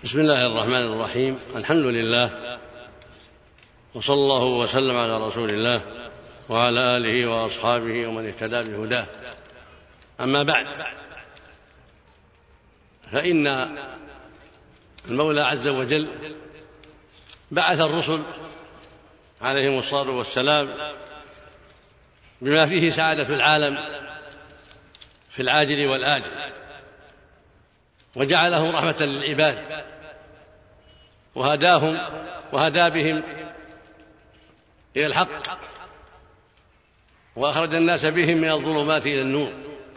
بسم الله الرحمن الرحيم. الحمد لله، وصلى الله وسلم على رسول الله وعلى آله وأصحابه ومن اهتدى بهداه. أما بعد، فإن المولى عز وجل بعث الرسل عليهم الصلاة والسلام بما فيه سعادة العالم في العاجل والآجل، وجعلهم رحمة للعباد، وهدى بهم إلى الحق، وأخرج الناس بهم من الظلمات إلى النور،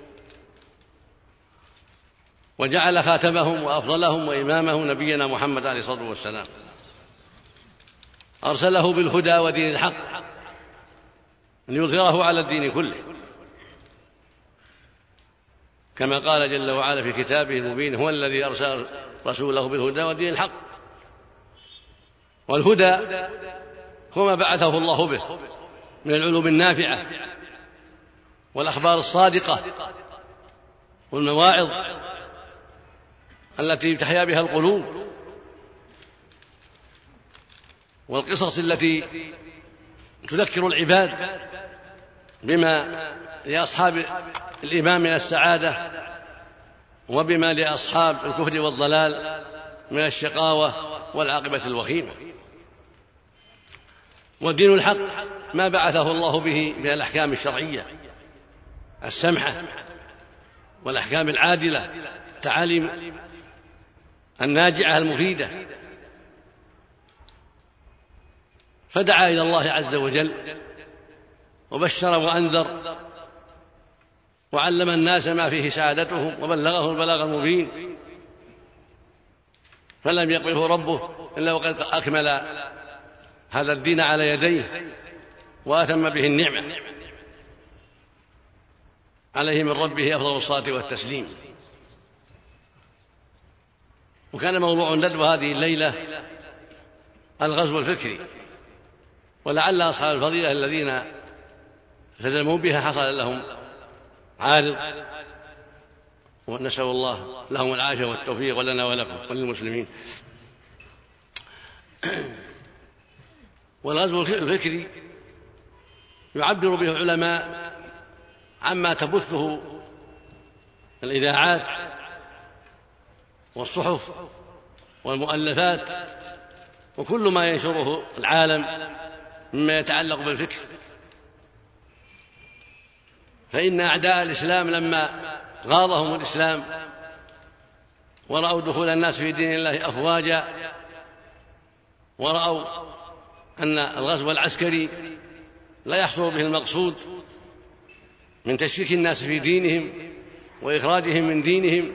وجعل خاتمهم وأفضلهم وإمامهم نبينا محمد عليه الصلاة والسلام، أرسله بالهدى ودين الحق ليظهره على الدين كله، كما قال جل وعلا في كتابه المبين: هو الذي أرسل رسوله بالهدى ودين الحق. والهدى هو ما بعثه الله به من العلوم النافعة والأخبار الصادقة والمواعظ التي تحيا بها القلوب، والقصص التي تذكر العباد بما لأصحاب الإيمان من السعادة، وبما لأصحاب الكفر والضلال من الشقاوة والعاقبة الوخيمة. والدين الحق ما بعثه الله به من الأحكام الشرعية السمحة والأحكام العادلة، التعاليم الناجعة المفيدة، فدعا إلى الله عز وجل وبشر وأنذر، وعلم الناس ما فيه سعادتهم، وبلغه البلاغ المبين، فلم يقبله ربه إلا وقد أكمل هذا الدين على يديه وأتم به النعمة عليه من ربه أفضل الصلاة والتسليم. وكان موضوع الندوة هذه الليلة الغزو الفكري، ولعل أصحاب الفضيلة الذين التزموا بها حصل لهم عارض، ونسأل الله لهم العافية والتوفيق، ولنا ولكم وللمسلمين. والغزو الفكري يعبر به العلماء عما تبثه الإذاعات والصحف والمؤلفات وكل ما ينشره العالم مما يتعلق بالفكر. فإن أعداء الإسلام لما غاضهم الإسلام ورأوا دخول الناس في دين الله أفواجا، ورأوا أن الغزو العسكري لا يحصل به المقصود من تشكيك الناس في دينهم وإخراجهم من دينهم،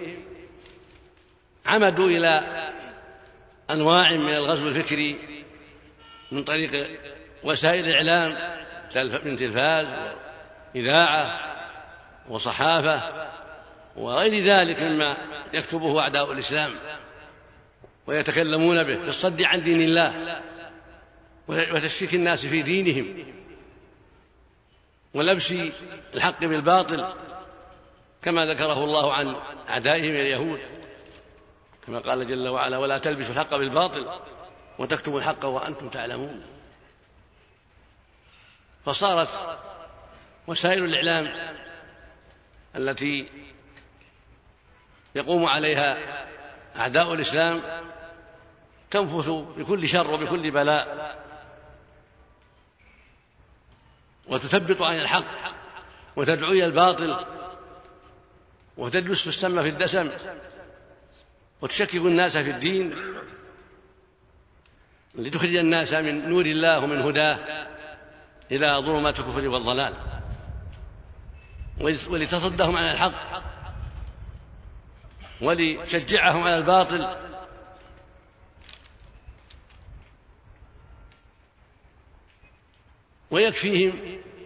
عمدوا إلى أنواع من الغزو الفكري من طريق وسائل الإعلام من تلفاز وإذاعة وصحافة وغير ذلك مما يكتبه أعداء الإسلام ويتكلمون به في الصد عن دين الله وتشكيك الناس في دينهم ولبس الحق بالباطل، كما ذكره الله عن أعدائهم اليهود، كما قال جل وعلا: ولا تلبسوا الحق بالباطل وتكتموا الحق وأنتم تعلمون. فصارت وسائل الإعلام التي يقوم عليها أعداء الإسلام تنفث بكل شر وبكل بلاء، وتثبط عن الحق وتدعو إلى الباطل وتدلس في السم في الدسم وتشكك الناس في الدين لتخرج الناس من نور الله ومن هداه إلى ظلمات الكفر والضلال، ولتصدهم عن الحق ولتشجعهم على الباطل. ويكفيهم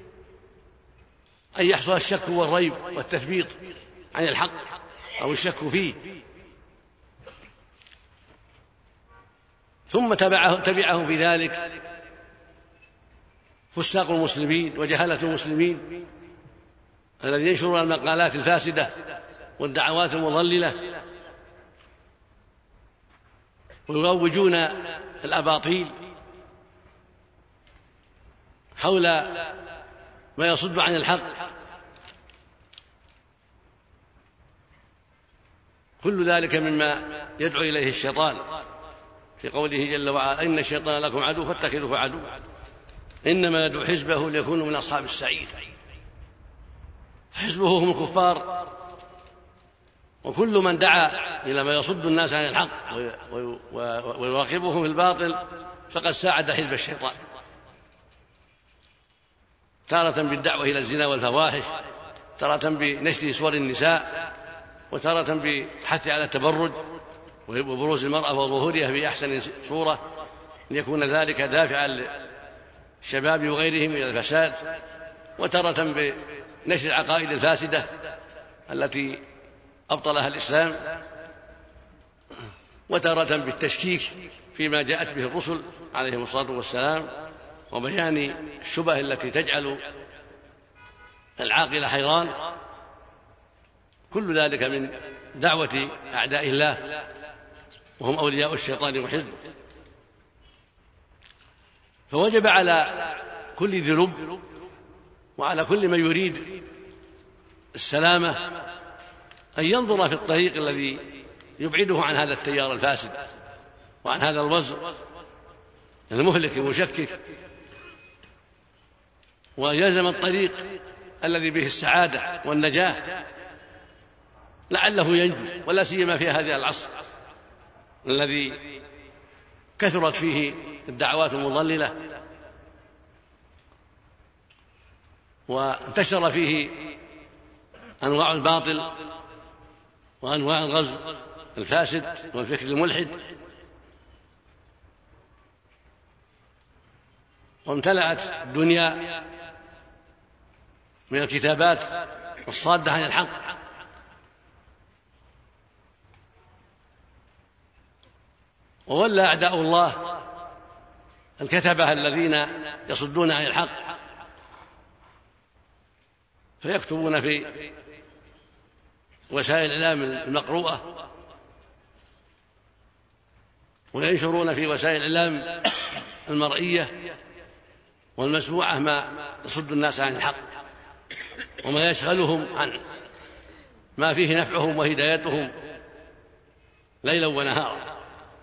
أن يحصل الشك والريب والتثبيط عن الحق أو الشك فيه، ثم تبعهم في ذلك فساق المسلمين وجهلة المسلمين الذين ينشرون المقالات الفاسدة والدعوات المضللة ويروجون الأباطيل حول ما يصد عن الحق. كل ذلك مما يدعو إليه الشيطان في قوله جل وعلا: إن الشيطان لكم عدو فاتخذوه عدوا إنما يدعو حزبه ليكونوا من أصحاب السعير. حزبه هم الكفار، وكل من دعا إلى ما يصد الناس عن الحق ويراقبهم في الباطل فقد ساعد حزب الشيطان، تارة بالدعوة إلى الزنا والفواحش، تارة بنشر صور النساء، وتارة بالحث على التبرج وبروز المرأة وظهورها في أحسن صورة ليكون ذلك دافعا للشباب وغيرهم إلى الفساد، وتارة بنشر العقائد الفاسدة التي أبطلها الإسلام، وتارة بالتشكيك فيما جاءت به الرسل عليهم الصلاة والسلام وبيان الشبه التي تجعل العاقل حيران. كل ذلك من دعوة أعداء الله وهم أولياء الشيطان وحزبه. فوجب على كل ذي لب وعلى كل من يريد السلامة أن ينظر في الطريق الذي يبعده عن هذا التيار الفاسد وعن هذا الوزر المهلك المشكك، ويلزم الطريق الذي به السعادة والنجاة لعله ينجو، ولا سيما في هذا العصر الذي كثرت فيه الدعوات المضللة وانتشر فيه أنواع الباطل وأنواع الغزو الفاسد والفكر الملحد، وامتلأت الدنيا من الكتابات الصادة عن الحق، وولى أعداء الله الكتبة الذين يصدون عن الحق فيكتبون في وسائل الإعلام المقروءة وينشرون في وسائل الإعلام المرئية والمسموعة ما يصد الناس عن الحق وما يشغلهم عن ما فيه نفعهم وهدايتهم ليلا ونهارا.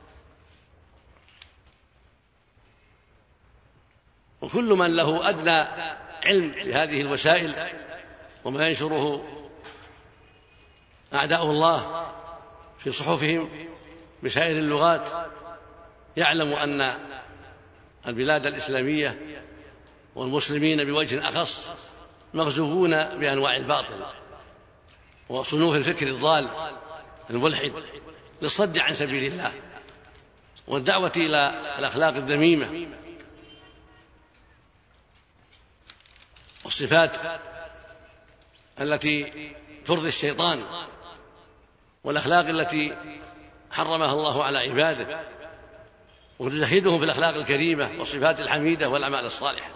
وكل من له أدنى علم بهذه الوسائل وما ينشره أعداء الله في صحفهم بسائر اللغات يعلم أن البلاد الإسلامية والمسلمين بوجه أخص مغزوون بأنواع الباطل وصنوف الفكر الضال الملحد للصد عن سبيل الله والدعوة إلى الأخلاق الذميمة والصفات التي ترضي الشيطان والأخلاق التي حرمها الله على عباده وتزهدهم في الأخلاق الكريمة والصفات الحميدة والأعمال الصالحة.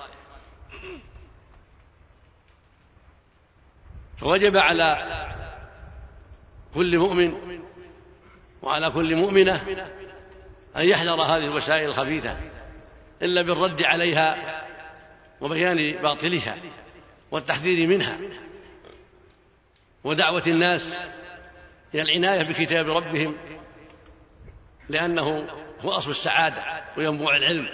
فوجب على كل مؤمن وعلى كل مؤمنة أن يحذر هذه الوسائل الخبيثة إلا بالرد عليها وبيان باطلها والتحذير منها ودعوة الناس إلى العناية بكتاب ربهم لأنه هو أصل السعادة وينبوع العلم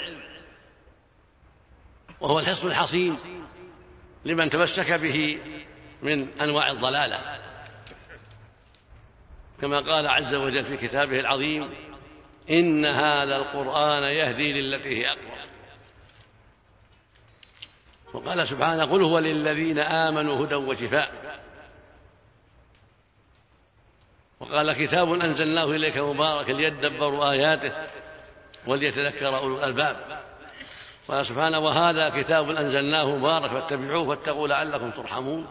وهو الحصن الحصين لمن تمسك به من أنواع الضلالة، كما قال عز وجل في كتابه العظيم: إن هذا القرآن يهدي للتي هي أقوم. وقال سبحانه: قل هو للذين آمنوا هدى وشفاء. وقال: كتاب أنزلناه إليك مبارك ليدبروا آياته وليتذكر أولو الألباب. قال سبحانه: وهذا كتاب أنزلناه مبارك فاتبعوه واتقوا لعلكم ترحمون.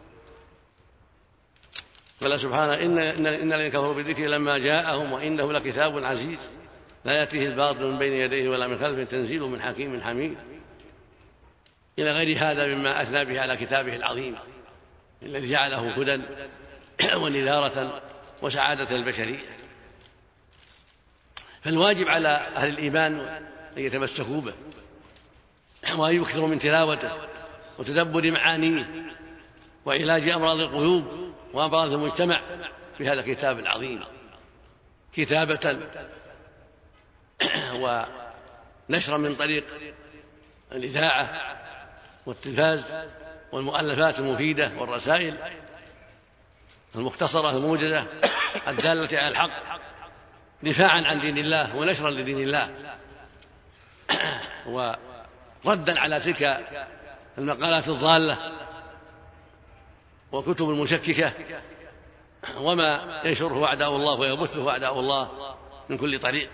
قال سبحانه: إن الذين كفروا بالذكر لما جاءهم وإنه لكتاب عزيز لا يأتيه الباطل من بين يديه ولا من خلفه تنزيل من حكيم حميد، إلى غير هذا مما أثنى به على كتابه العظيم الذي جعله هدى ونذارة وسعادة البشرية. فالواجب على أهل الإيمان أن يتمسكوا به وأن يكثروا من تلاوته وتدبر معانيه وعلاج أمراض القلوب وأمراض المجتمع بهذا الكتاب العظيم كتابة ونشرا من طريق الإذاعة والتلفاز والمؤلفات المفيدة والرسائل المختصرة الموجزة الدالة على الحق دفاعا عن دين الله ونشرا لدين الله وردا على تلك المقالات الضالة وكتب المشككة وما ينشره أعداء الله ويبثه أعداء الله من كل طريق.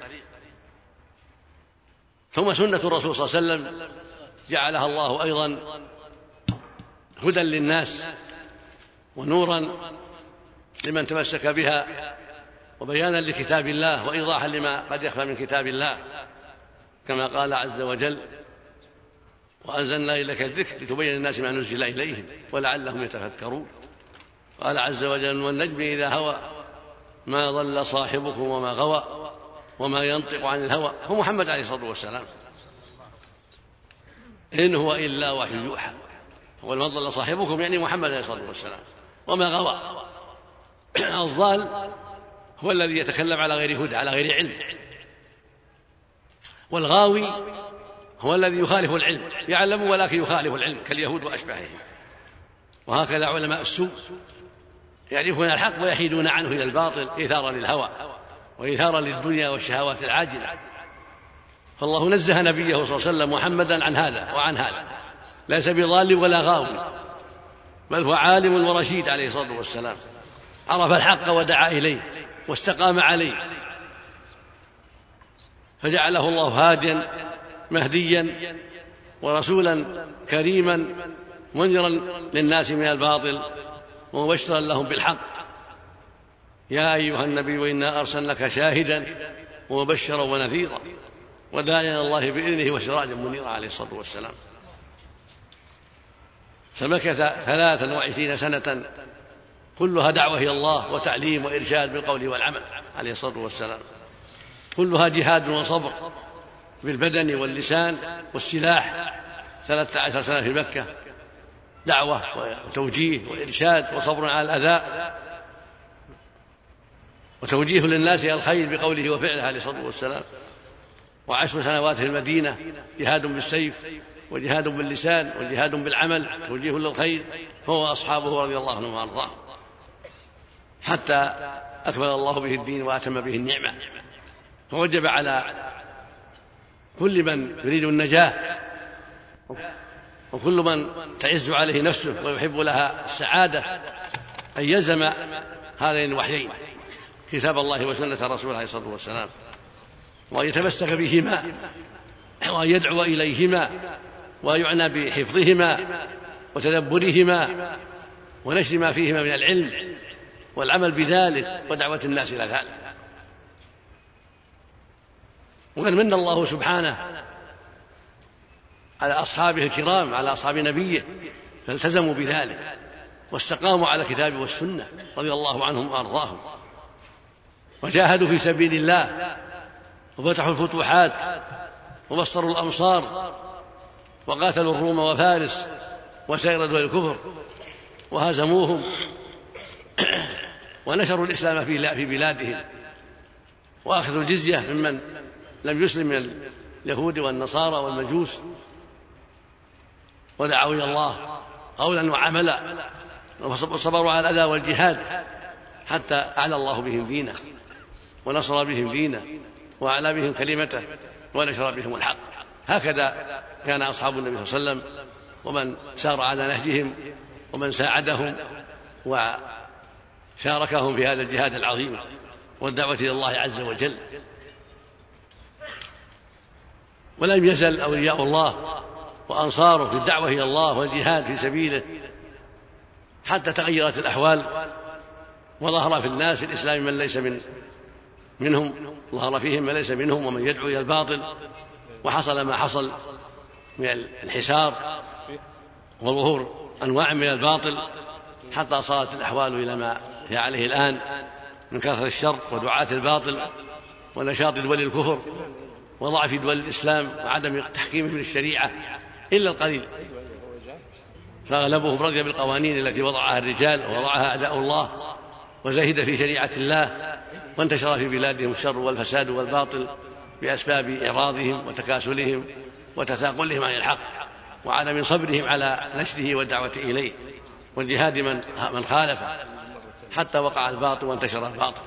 ثم سنة الرسول صلى الله عليه وسلم جعلها الله أيضا هدى للناس ونورا لمن تمسك بها وبيانا لكتاب الله وإيضاحا لما قد يخفى من كتاب الله، كما قال عز وجل: وأنزلنا إليك الذكر لتبين الناس ما نزل إليهم ولعلهم يتفكرون. قال عز وجل: والنجم إذا هوى ما ضل صاحبكم وما غوى وما ينطق عن الهوى. هو محمد عليه الصلاة والسلام، إن هو إلا وحي يوحى. وما ضل صاحبكم يعني محمد عليه الصلاة والسلام. وما غوى، الضال هو الذي يتكلم على غير هدى على غير علم، والغاوي هو الذي يخالف العلم، يعلم ولكن يخالف العلم كاليهود وأشباههم. وهكذا علماء السوء يعرفون الحق ويحيدون عنه إلى الباطل إيثارا للهوى وإيثارا للدنيا والشهوات العاجلة. فالله نزه نبيه صلى الله عليه وسلم محمدا عن هذا وعن هذا، ليس بضال ولا غاوي، بل هو عالم ورشيد عليه الصلاة والسلام، عرف الحق ودعا إليه واستقام عليه، فجعله الله هاديا مهديا ورسولا كريما منذرا للناس من الباطل ومبشرا لهم بالحق. يا أيها النبي إنا أرسلناك شاهدا ومبشرا ونذيرا وداعيا إلى الله بإذنه وسراجا منيرا عليه الصلاة والسلام. فمكث 23 سنة كلها دعوة إلى الله وتعليم وإرشاد بالقول والعمل عليه الصلاة والسلام، كلها جهاد وصبر بالبدن واللسان والسلاح. 13 سنة في مكة دعوة وتوجيه وإرشاد وصبر على الأذى وتوجيه للناس إلى الخير بقوله وفعله عليه الصلاة والسلام. و10 سنوات في المدينة جهاد بالسيف وجهاد باللسان وجهاد بالعمل توجيه للخير هو وأصحابه رضي الله عنهم وأرضاهم، حتى أكمل الله به الدين وأتم به النعمة. فوجب على كل من يريد النجاة وكل من تعز عليه نفسه ويحب لها السعادة أن يلزم هذين الوحيين كتاب الله وسنة رسوله عليه الصلاة والسلام، وأن يتمسك بهما وأن يدعو إليهما ويعنى بحفظهما وتدبرهما ونشر ما فيهما من العلم والعمل بذلك ودعوة الناس إلى ذلك. ومن من الله سبحانه على أصحابه الكرام على أصحاب نبيه فالتزموا بذلك واستقاموا على الكتاب والسنة رضي الله عنهم وأرضاهم، وجاهدوا في سبيل الله وفتحوا الفتوحات وبصروا الأمصار وقاتلوا الروم وفارس وسائر دول الكفر وهزموهم ونشروا الإسلام في بلادهم وأخذوا الجزية ممن لم يسلم من اليهود والنصارى والمجوس، ودعوا إلى الله قولا وعملا وصبروا على الأذى والجهاد حتى أعلى الله بهم دينه ونصر بهم دينه وأعلى بهم كلمته ونشر بهم الحق. هكذا كان أصحاب النبي صلى الله عليه وسلم ومن سار على نهجهم ومن ساعدهم وشاركهم في هذا الجهاد العظيم والدعوة إلى الله عز وجل. ولم يزل أولياء الله وأنصاره في الدعوة إلى الله والجهاد في سبيله حتى تغيرت الأحوال وظهر في الناس الإسلام من ليس منهم، ظهر فيهم من ليس منهم ومن يدعو إلى الباطل، وحصل ما حصل من الانحسار وظهور أنواع من الباطل حتى صارت الأحوال إلى ما هي عليه الآن من كثرة الشر ودعاة الباطل ونشاط دول الكفر وضعف دول الإسلام وعدم تحكيمهم للشريعة إلا القليل، فأغلبهم رضي بالقوانين التي وضعها الرجال ووضعها أعداء الله وزهد في شريعة الله، وانتشر في بلادهم الشر والفساد والباطل بأسباب إعراضهم وتكاسلهم وتثاقلهم عن الحق وعدم صبرهم على نشره والدعوة إليه والجهاد من خالفه، حتى وقع الباطل وانتشر الباطل.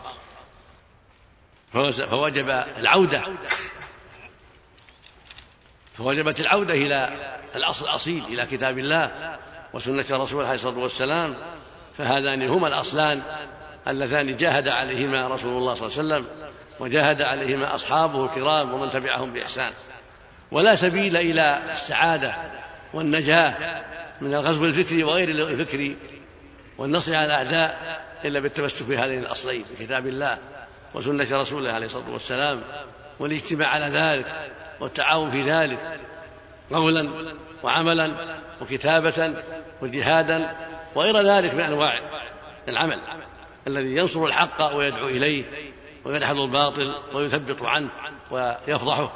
فوجبت العودة إلى الأصل الأصيل، إلى كتاب الله وسنة رسوله عليه الصلاة والسلام، فهذان هما الأصلان اللذان جاهد عليهما رسول الله صلى الله عليه وسلم وجاهد عليهما أصحابه الكرام ومن تبعهم بإحسان. ولا سبيل إلى السعادة والنجاة من الغزو الفكري وغير الفكري والنصر على الأعداء إلا بالتمسك بهذين الأصلين، كتاب الله وسنة رسوله عليه الصلاة والسلام، والاجتماع على ذلك والتعاون في ذلك قولا وعملا وكتابة وجهادا وغير ذلك من أنواع العمل الذي ينصر الحق ويدعو إليه ويدحض الباطل ويثبط عنه ويفضحه.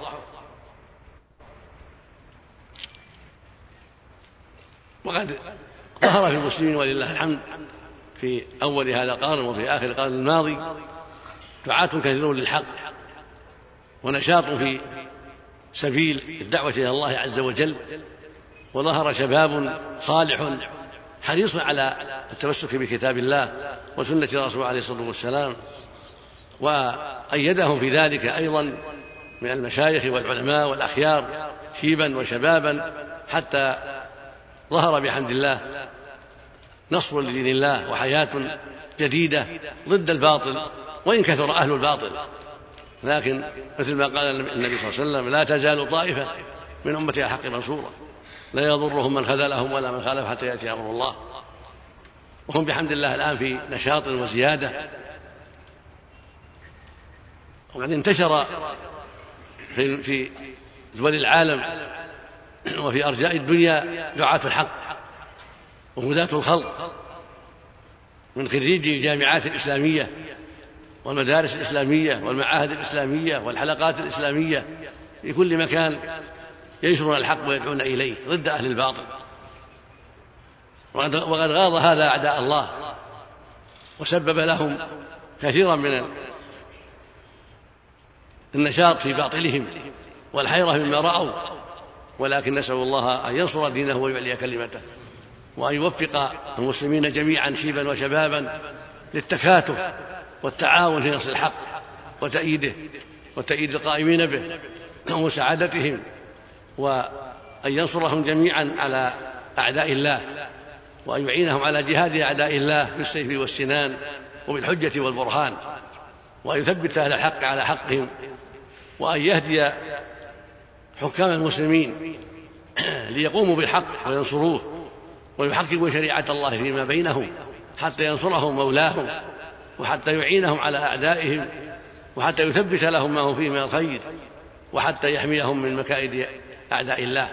وقد ظهر في المسلمين ولله الحمد في أول هذا القرن وفي آخر القرن الماضي دعاة كثيرون للحق ونشاط في سبيل الدعوة إلى الله عز وجل، وظهر شباب صالح حريص على التمسك بكتاب الله وسنة رسوله عليه الصلاة والسلام، وأيدهم في ذلك أيضا من المشايخ والعلماء والأخيار شيبا وشبابا، حتى ظهر بحمد الله نصر لدين الله وحياة جديدة ضد الباطل وإن كثر أهل الباطل. لكن مثل ما قال النبي صلى الله عليه وسلم: لا تزال طائفة من أمتي على الحق منصورة لا يضرهم من خذلهم ولا من خالف حتى يأتي أمر الله. وهم بحمد الله الآن في نشاط وزيادة، وقد انتشر في دول العالم وفي أرجاء الدنيا دعاة الحق وهداة الخلق من خريجي الجامعات الإسلامية والمدارس الإسلامية والمعاهد الإسلامية والحلقات الإسلامية في كل مكان ينشرون الحق ويدعون إليه ضد أهل الباطل. وقد غاض هذا أعداء الله وسبب لهم كثيرا من النشاط في باطلهم والحيرة مما رأوا، ولكن نسأل الله أن ينصر دينه ويعلي كلمته وأن يوفق المسلمين جميعا شيبا وشبابا للتكاتف والتعاون في نصر الحق وتأييده وتأييد القائمين به ومساعدتهم، وأن ينصرهم جميعا على أعداء الله وأن يعينهم على جهاد أعداء الله بالسيف والسنان وبالحجة والبرهان، وأن يثبت أهل الحق على حقهم، وأن يهدي حكام المسلمين ليقوموا بالحق وينصروه ويحكموا شريعة الله فيما بينهم حتى ينصرهم مولاهم وحتى يعينهم على أعدائهم وحتى يثبت لهم ما هم فيه من الخير وحتى يحميهم من مكائد أعداء الله.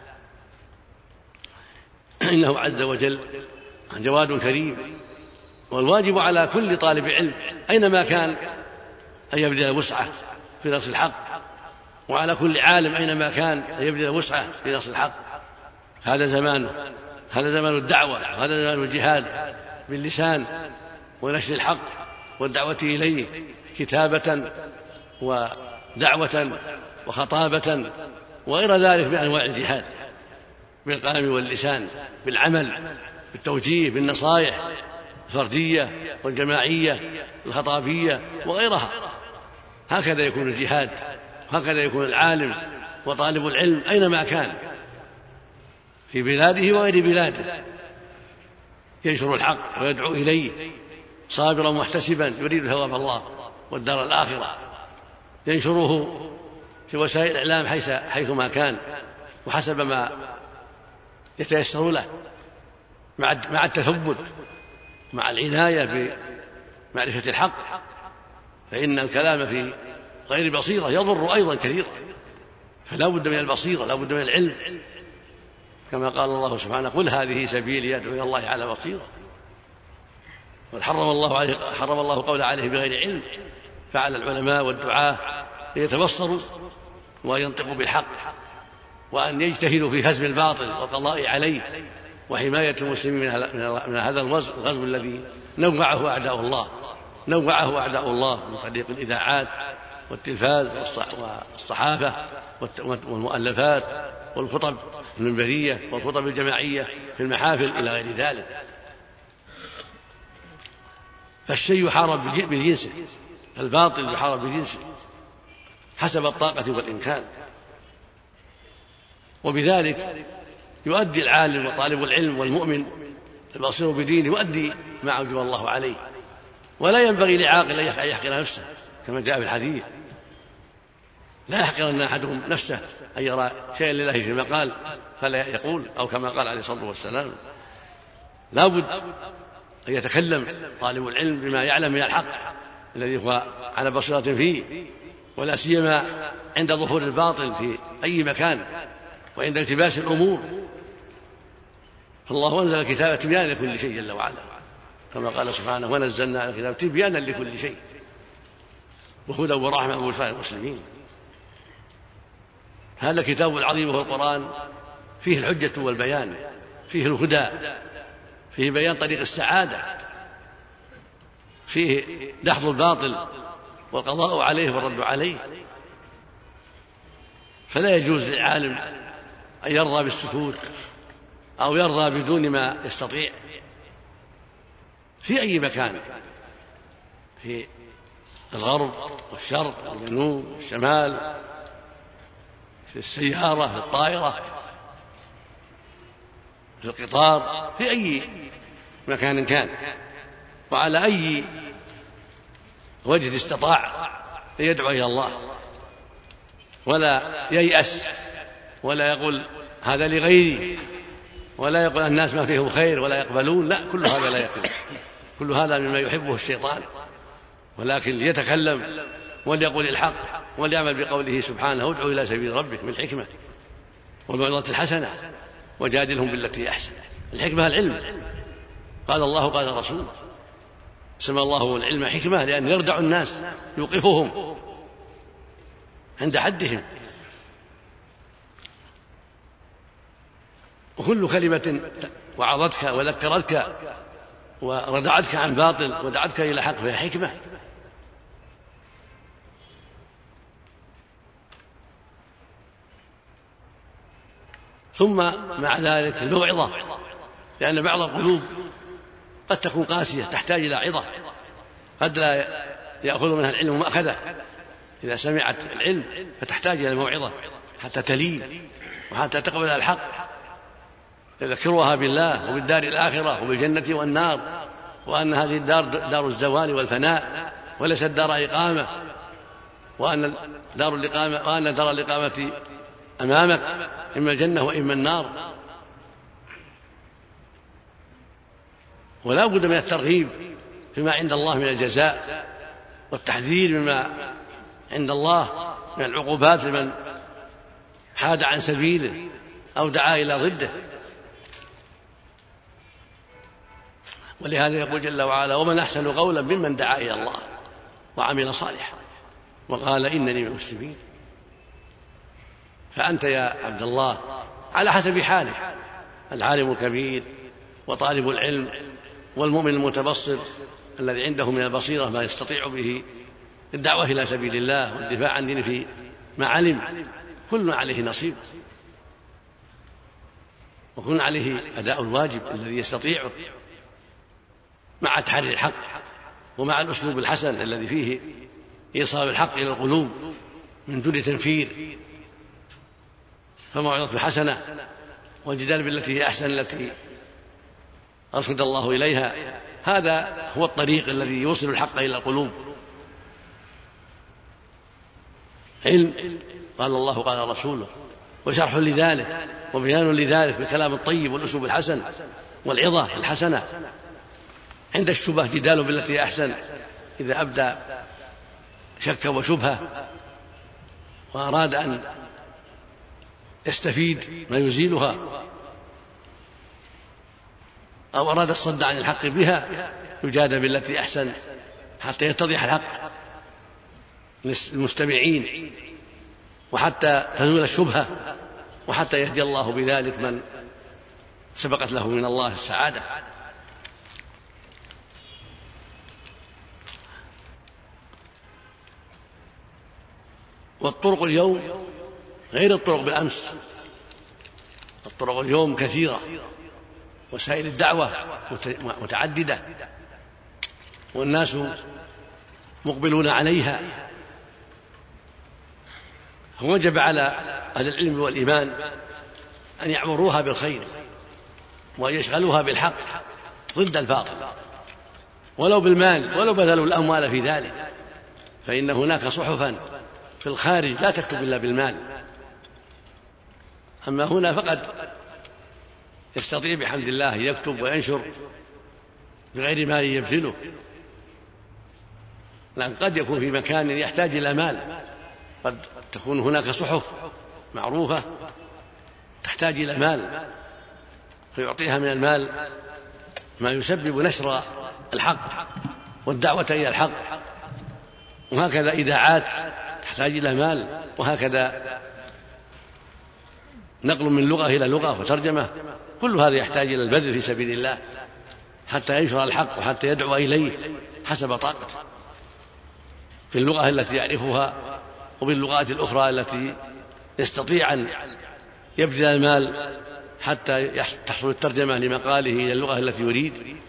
إنه عز وجل جواد كريم، والواجب على كل طالب علم أينما كان أن يبذل وسعه في نصر الحق، وعلى كل عالم أينما كان أن يبذل وسعه في نصر الحق. هذا زمان الدعوة وهذا زمان الجهاد باللسان ونشر الحق والدعوة إليه كتابة ودعوة وخطابة وغير ذلك من أنواع الجهاد بالقلم واللسان، بالعمل، بالتوجيه، بالنصائح الفردية والجماعية الخطابية وغيرها. هكذا يكون الجهاد، هكذا يكون العالم وطالب العلم أينما كان في بلاده وغير بلاده، ينشر الحق ويدعو إليه صابرا محتسبا يريد ثواب الله والدار الآخرة، ينشره في وسائل الإعلام حيثما كان وحسب ما يتيسر له مع التثبت مع العناية بمعرفة الحق، فإن الكلام في غير بصيرة يضر أيضا كثيرا، فلا بد من البصيرة، لا بد من العلم، كما قال الله سبحانه: قل هذه سبيلي أدعو إلى الله على بصيرة. حرم الله قول عليه بغير علم، فعلى العلماء والدعاة أن يتبصروا وينطقوا بالحق، وأن يجتهدوا في هزم الباطل والقضاء عليه وحماية المسلمين من هذا الغزو الذي نوعه أعداء الله من طريق الإذاعات والتلفاز والصحافة والمؤلفات والخطب المنبرية والخطب الجماعية في المحافل إلى غير ذلك. فالشيء يحارب بجنسه، الباطل يحارب بجنسه حسب الطاقة والإمكان، وبذلك يؤدي العالم وطالب العلم والمؤمن البصير بدينه يؤدي ما أوجب الله عليه. ولا ينبغي لعاقل أن يحقر نفسه كما جاء في الحديث: لا يحقرن أحدهم نفسه أن يرى شيئا لله في مقال فلا يقول، أو كما قال عليه الصلاة والسلام. لا بد أن يتكلم طالب العلم بما يعلم من الحق الذي هو على بصيرة فيه، ولا سيما عند ظهور الباطل في أي مكان وعند التباس الأمور. فالله أنزل الكتاب تبيانا لكل شيء جل وعلا، كما قال سبحانه: ونزلنا الكتاب تبيانا لكل شيء وهدى ورحمة وبشرى للمسلمين. هذا الكتاب العظيم وهو القرآن فيه الحجة والبيان، فيه الهدى، فيه بيان طريق السعادة، فيه دحض الباطل والقضاء عليه والرد عليه. فلا يجوز للعالم أن يرضى بالسكوت أو يرضى بدون ما يستطيع في أي مكان، في الغرب والشرق والجنوب والشمال، في السيارة، في الطائرة، في القطار، في أي مكان كان، وعلى أي وجه استطاع أن يدعو إلى الله، ولا ييأس، ولا يقول هذا لغيري، ولا يقول الناس ما فيهم خير ولا يقبلون. لا، كل هذا لا يكون، كل هذا مما يحبه الشيطان. ولكن ليتكلم وليقول الحق وليعمل بقوله سبحانه: ادعو إلى سبيل ربك بالحكمة والموعظة الحسنة وجادلهم بالتي أحسن. الحكمة العلم، قال الله قال الرسول، سمى الله العلم حكمة لأن يردع الناس، يوقفهم عند حدهم. وكل كلمة وعظتك وذكرتك وردعتك عن باطل ودعتك إلى حق فهي حكمة. ثم مع ذلك الموعظة، لأن بعض القلوب قد تكون قاسية تحتاج إلى عظة، قد لا يأخذ منها العلم مأخذه إذا سمعت العلم، فتحتاج إلى الموعظة حتى تلين وحتى تقبل الحق، يذكرها بالله وبالدار الآخرة وبالجنة والنار، وأن هذه الدار دار الزوال والفناء وليست دار إقامة، وأن دار الإقامة أمامك إما الجنة وإما النار. ولا بد من الترغيب فيما عند الله من الجزاء، والتحذير مما عند الله من العقوبات لمن حاد عن سبيله أو دعا إلى ضده. ولهذا يقول جل وعلا: ومن أحسن قولا ممن دعا إلى الله وعمل صالحا وقال إنني من المسلمين. فأنت يا عبد الله على حسب حاله، العالم الكبير وطالب العلم والمؤمن المتبصر الذي عنده من البصيرة ما يستطيع به الدعوة إلى سبيل الله والدفاع عن دينه في ما علم، كل ما عليه نصيب، وكل عليه أداء الواجب الذي يستطيعه مع تحري الحق ومع الأسلوب الحسن الذي فيه إيصال الحق إلى القلوب من دون تنفير. فموعظة حسنة والجدال بالتي هي أحسن التي أرشد الله إليها، هذا هو الطريق الذي يوصل الحق إلى القلوب. علم قال الله قال رسوله، وشرح لذلك وبيان لذلك بالكلام الطيب والأسلوب الحسن والعظة الحسنة. عند الشبه جدال بالتي أحسن، إذا أبدى شك وشبهة وأراد أن يستفيد ما يزيلها أو أراد الصد عن الحق بها، يجادل بالتي أحسن حتى يتضح الحق للمستمعين، وحتى تزول الشبهة، وحتى يهدي الله بذلك من سبقت له من الله السعادة. والطرق اليوم غير الطرق بالأمس، الطرق اليوم كثيرة، وسائل الدعوة متعددة، والناس مقبلون عليها. وجب على أهل العلم والإيمان أن يعمروها بالخير وأن يشغلوها بالحق ضد الباطل، ولو بالمال، ولو بذلوا الأموال في ذلك، فإن هناك صحفا في الخارج لا تكتب إلا بالمال، أما هنا فقد يستطيع بحمد الله يكتب وينشر بغير مال يبذله، لأن قد يكون في مكان يحتاج إلى مال، قد تكون هناك صحف معروفة تحتاج إلى مال فيعطيها من المال ما يسبب نشر الحق والدعوة إلى الحق، وهكذا إذاعات تحتاج إلى مال، وهكذا نقل من لغة إلى لغة وترجمة، كل هذا يحتاج إلى البذل في سبيل الله حتى ينشر الحق وحتى يدعو إليه حسب طاقته في اللغة التي يعرفها وباللغات الأخرى التي يستطيع أن يبذل المال حتى تحصل الترجمة لمقاله إلى اللغة التي يريد.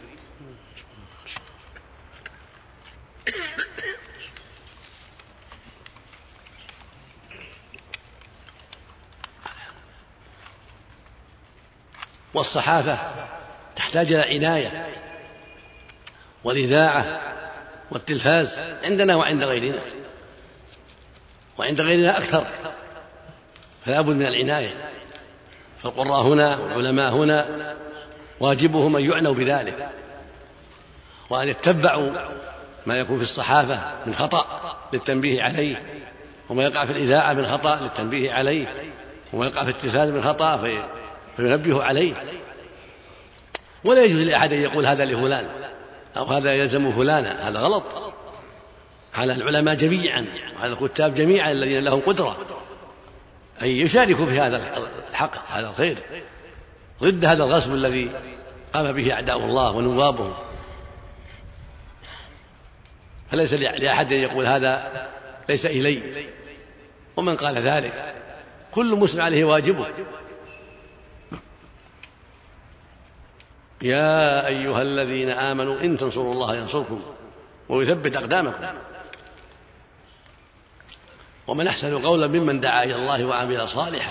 والصحافة تحتاج إلى عناية، والإذاعة والتلفاز عندنا وعند غيرنا، وعند غيرنا أكثر، فلا بد من العناية. فالقراء هنا والعلماء هنا واجبهم أن يعنوا بذلك، وأن يتبعوا ما يكون في الصحافة من خطأ للتنبيه عليه، وما يقع في الإذاعة من خطأ للتنبيه عليه، وما يقع في التلفاز من خطأ فينبه عليه. ولا يجوز لأحد أن يقول هذا لفلان أو هذا يلزم فلانا، هذا غلط. على العلماء جميعا وعلى الكتاب جميعا الذين لهم قدرة أن يشاركوا في هذا الحق، هذا الخير، ضد هذا الغصب الذي قام به أعداء الله ونوابهم. فليس لأحد أن يقول هذا ليس إلي، ومن قال ذلك كل مسلم عليه واجبه. يا أيها الذين آمنوا إن تنصروا الله ينصركم ويثبت أقدامكم. ومن أحسن قولا ممن دعا إلى الله وعمل صالحا.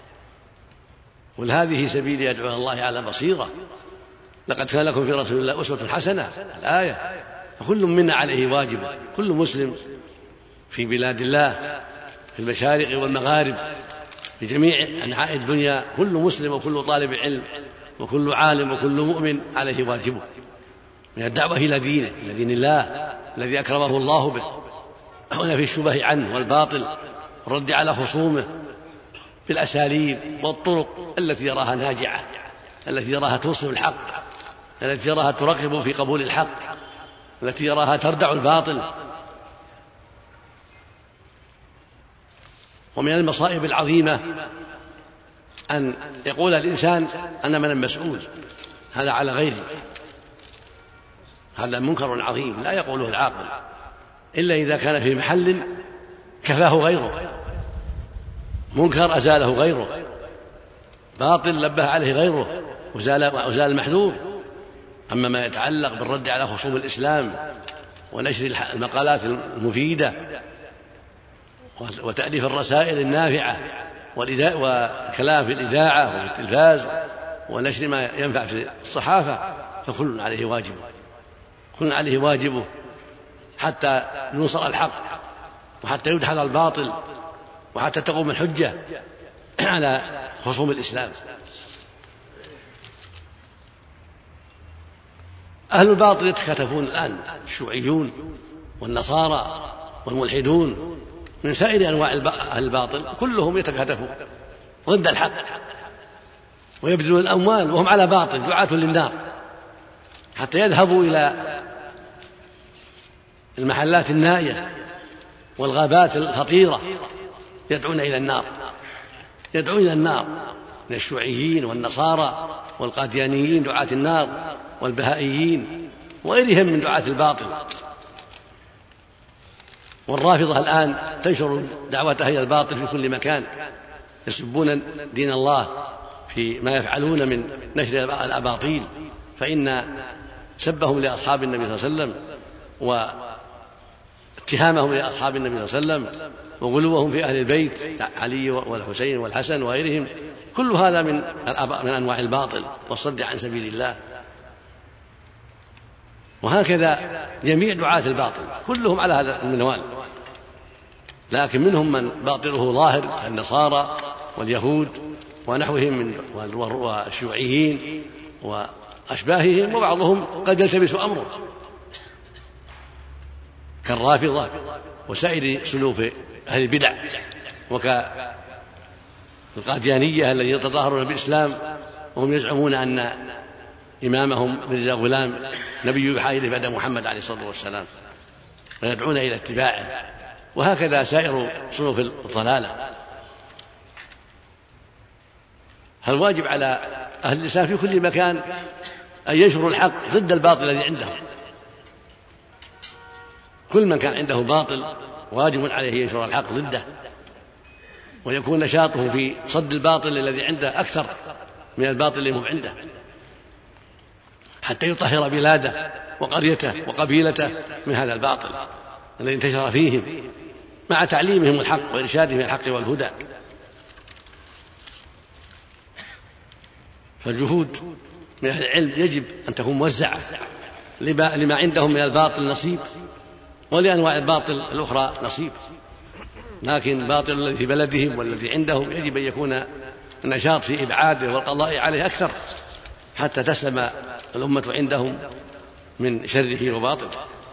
قل هذه سبيلي أدعو إلى الله على بصيرة، لقد كان لكم في رسول الله أسوة حسنة، الآية. فكل منا عليه واجب، كل مسلم في بلاد الله في المشارق والمغارب في جميع أنحاء الدنيا، كل مسلم وكل طالب علم وكل عالم وكل مؤمن عليه واجبه من الدعوة إلى دينه، إلى دين الله الذي أكرمه الله به، ونفي الشبه عنه والباطل، والرد على خصومه بالأساليب والطرق التي يراها ناجعة، التي يراها توصل الحق، التي يراها ترغب في قبول الحق، التي يراها تردع الباطل. ومن المصائب العظيمة أن يقول الإنسان أنا من المسؤول، هذا على غيري، هذا منكر عظيم لا يقوله العاقل إلا إذا كان في محل كفاه غيره، منكر أزاله غيره، باطل لبه عليه غيره وأزال المحذور. أما ما يتعلق بالرد على خصوم الإسلام ونشر المقالات المفيدة وتأليف الرسائل النافعة والكلام في الإذاعة والتلفاز ونشر ما ينفع في الصحافة، فكل عليه واجبه، كل عليه واجبه حتى ينصر الحق وحتى يدحض الباطل وحتى تقوم الحجة على خصوم الإسلام. أهل الباطل يتكاتفون الآن، الشيوعيون والنصارى والملحدون من سائر أنواع أهل الباطل، كلهم يتكاتفون ضد الحق ويبذلون الأموال وهم على باطل، دعاة للنار، حتى يذهبوا إلى المحلات النائية والغابات الخطيرة يدعون إلى النار، يدعون إلى النار من الشيوعيين والنصارى والقاديانيين دعاة النار والبهائيين وغيرهم من دعاة الباطل. والرافضة الآن تنشر دعوتها إلى الباطل في كل مكان، يسبون دين الله في ما يفعلون من نشر الأباطيل، فإن سبهم لأصحاب النبي صلى الله عليه وسلم واتهامهم لأصحاب النبي صلى الله عليه وسلم وغلوهم في أهل البيت علي والحسين والحسن وغيرهم، كل هذا من أنواع الباطل والصد عن سبيل الله. وهكذا جميع دعاة الباطل كلهم على هذا المنوال، لكن منهم من باطله ظاهر النصارى واليهود ونحوهم من والشيوعيين وأشباههم، وبعضهم قد يلتبس أمره كالرافضة وسائر سلوك أهل البدع وكالقاديانية الذين يتظاهرون بالإسلام وهم يزعمون أن إمامهم مرزا غلام نبي يوحى إليه بعد محمد عليه الصلاة والسلام ويدعون إلى اتباعه. وهكذا سائر صنوف الضلالة. فالواجب على أهل الإسلام في كل مكان أن ينشروا الحق ضد الباطل الذي عندهم. كل من كان عنده باطل واجب عليه ينشر الحق ضده، ويكون نشاطه في صد الباطل الذي عنده أكثر من الباطل الذي عنده، حتى يطهر بلاده وقريته وقبيلته من هذا الباطل الذي انتشر فيهم، مع تعليمهم الحق وإرشادهم الحق والهدى. فالجهود من أهل العلم يجب أن تكون موزعة لما عندهم من الباطل نصيب، ولأنواع الباطل الأخرى نصيب، لكن الباطل الذي في بلدهم والذي عندهم يجب أن يكون النشاط في إبعاده والقضاء عليه أكثر حتى تسلم الأمة عندهم من شره وباطله.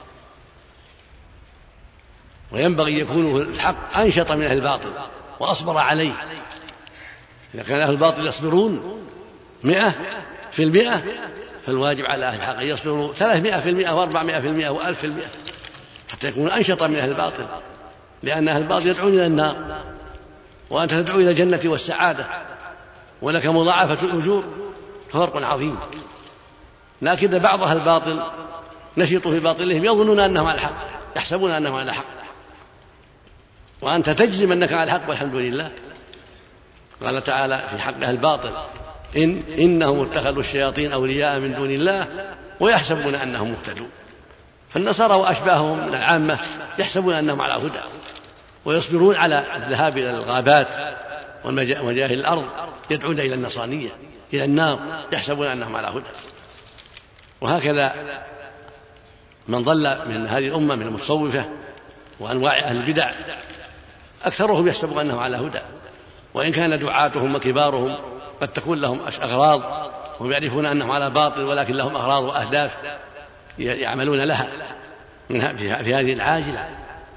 وينبغي يكون الحق أنشط من أهل الباطل وأصبر عليه. إذا كان أهل الباطل يصبرون 100%، فالواجب على أهل الحق أن يصبروا 300% و400% و1000%، حتى يكون أنشط من أهل الباطل، لأن أهل الباطل يدعون إلى النار وأنت تدعو إلى الجنة والسعادة ولك مضاعفة الأجور، ففرق عظيم. لكن بعض أهل الباطل نشطوا في باطلهم يظنون أنهم على الحق، يحسبون أنهم على الحق، وأنت تجزم أنك على الحق والحمد لله. قال تعالى في حق أهل الباطل إنهم اتخذوا الشياطين أولياء من دون الله ويحسبون أنهم مهتدون. فالنصارى وأشباههم من العامة يحسبون أنهم على هدى ويصبرون على الذهاب إلى الغابات ومجاهل الأرض يدعون إلى النصرانية إلى النار، يحسبون أنهم على هدى. وهكذا من ضل من هذه الأمة من المتصوفة وأنواع أهل البدع أكثرهم يحسبون أنهم على هدى، وإن كان دعاتهم وكبارهم قد تكون لهم أغراض وهم يعرفون أنهم على باطل، ولكن لهم أغراض وأهداف يعملون لها في هذه العاجلة.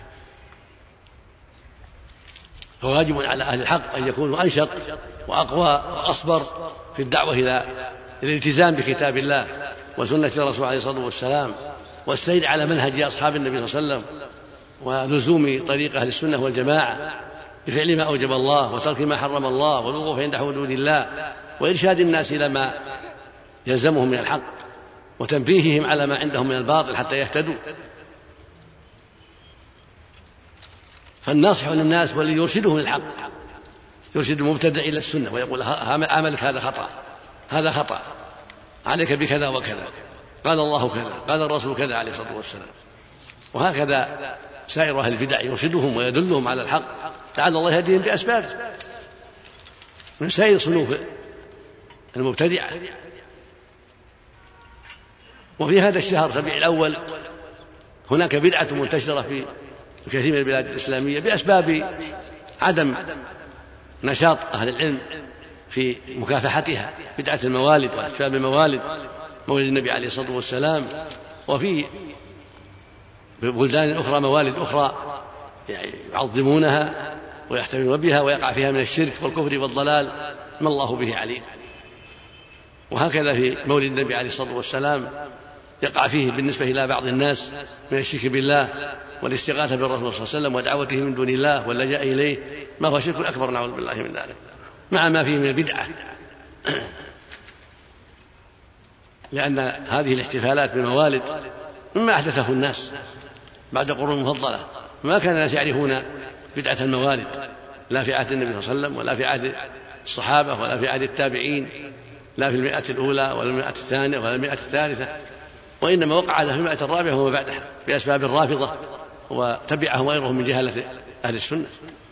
فواجب على أهل الحق أن يكونوا أنشط وأقوى وأصبر في الدعوة إلى الالتزام بكتاب الله وسنة الرسول عليه الصلاة والسلام، والسير على منهج أصحاب النبي صلى الله عليه وسلم، ولزوم طريق أهل السنة والجماعة بفعل ما أوجب الله وترك ما حرم الله والوقوف عند حدود الله، وإرشاد الناس إلى ما يلزمهم من الحق وتنبيههم على ما عندهم من الباطل حتى يهتدوا. فالناصح للناس والذي يرشدهم للحق، يرشد المبتدع إلى السنة ويقول عملك هذا خطأ، هذا خطأ، عليك بكذا وكذا، قال الله كذا، قال الرسول كذا عليه الصلاة والسلام. وهكذا سائر أهل البدع يرشدهم ويدلهم على الحق، لعل الله يهديهم بأسباب من سائر صنوف المبتدعة. وفي هذا الشهر ربيع الأول هناك بدعة منتشرة في كثير من البلاد الإسلامية بأسباب عدم نشاط أهل العلم في مكافحتها، بدعة الموالد واحتفال بموالد مولد النبي عليه الصلاة والسلام، وفي بلدان أخرى موالد أخرى يعظمونها ويحتفلون بها ويقع فيها من الشرك والكفر والضلال ما الله به عليم. وهكذا في مولد النبي عليه الصلاة والسلام يقع فيه بالنسبة إلى بعض الناس من الشرك بالله والاستغاثة بالرسول صلى الله عليه وسلم ودعوته من دون الله واللجأ إليه ما هو شرك أكبر، نعوذ بالله من ذلك، مع ما فيه من البدعة. لأن هذه الاحتفالات بالموالد مما أحدثه الناس بعد قرون مفضلة، ما كان الناس يعرفون بدعة الموالد لا في عهد النبي صلى الله عليه وسلم ولا في عهد الصحابة ولا في عهد التابعين، لا في المئة الأولى ولا المئة الثانية ولا المئة الثالثة، وإنما وقع في المئة الرابعة وما بعدها بأسباب الرافضة وتبعهم غيرهم من جهلة أهل السنة.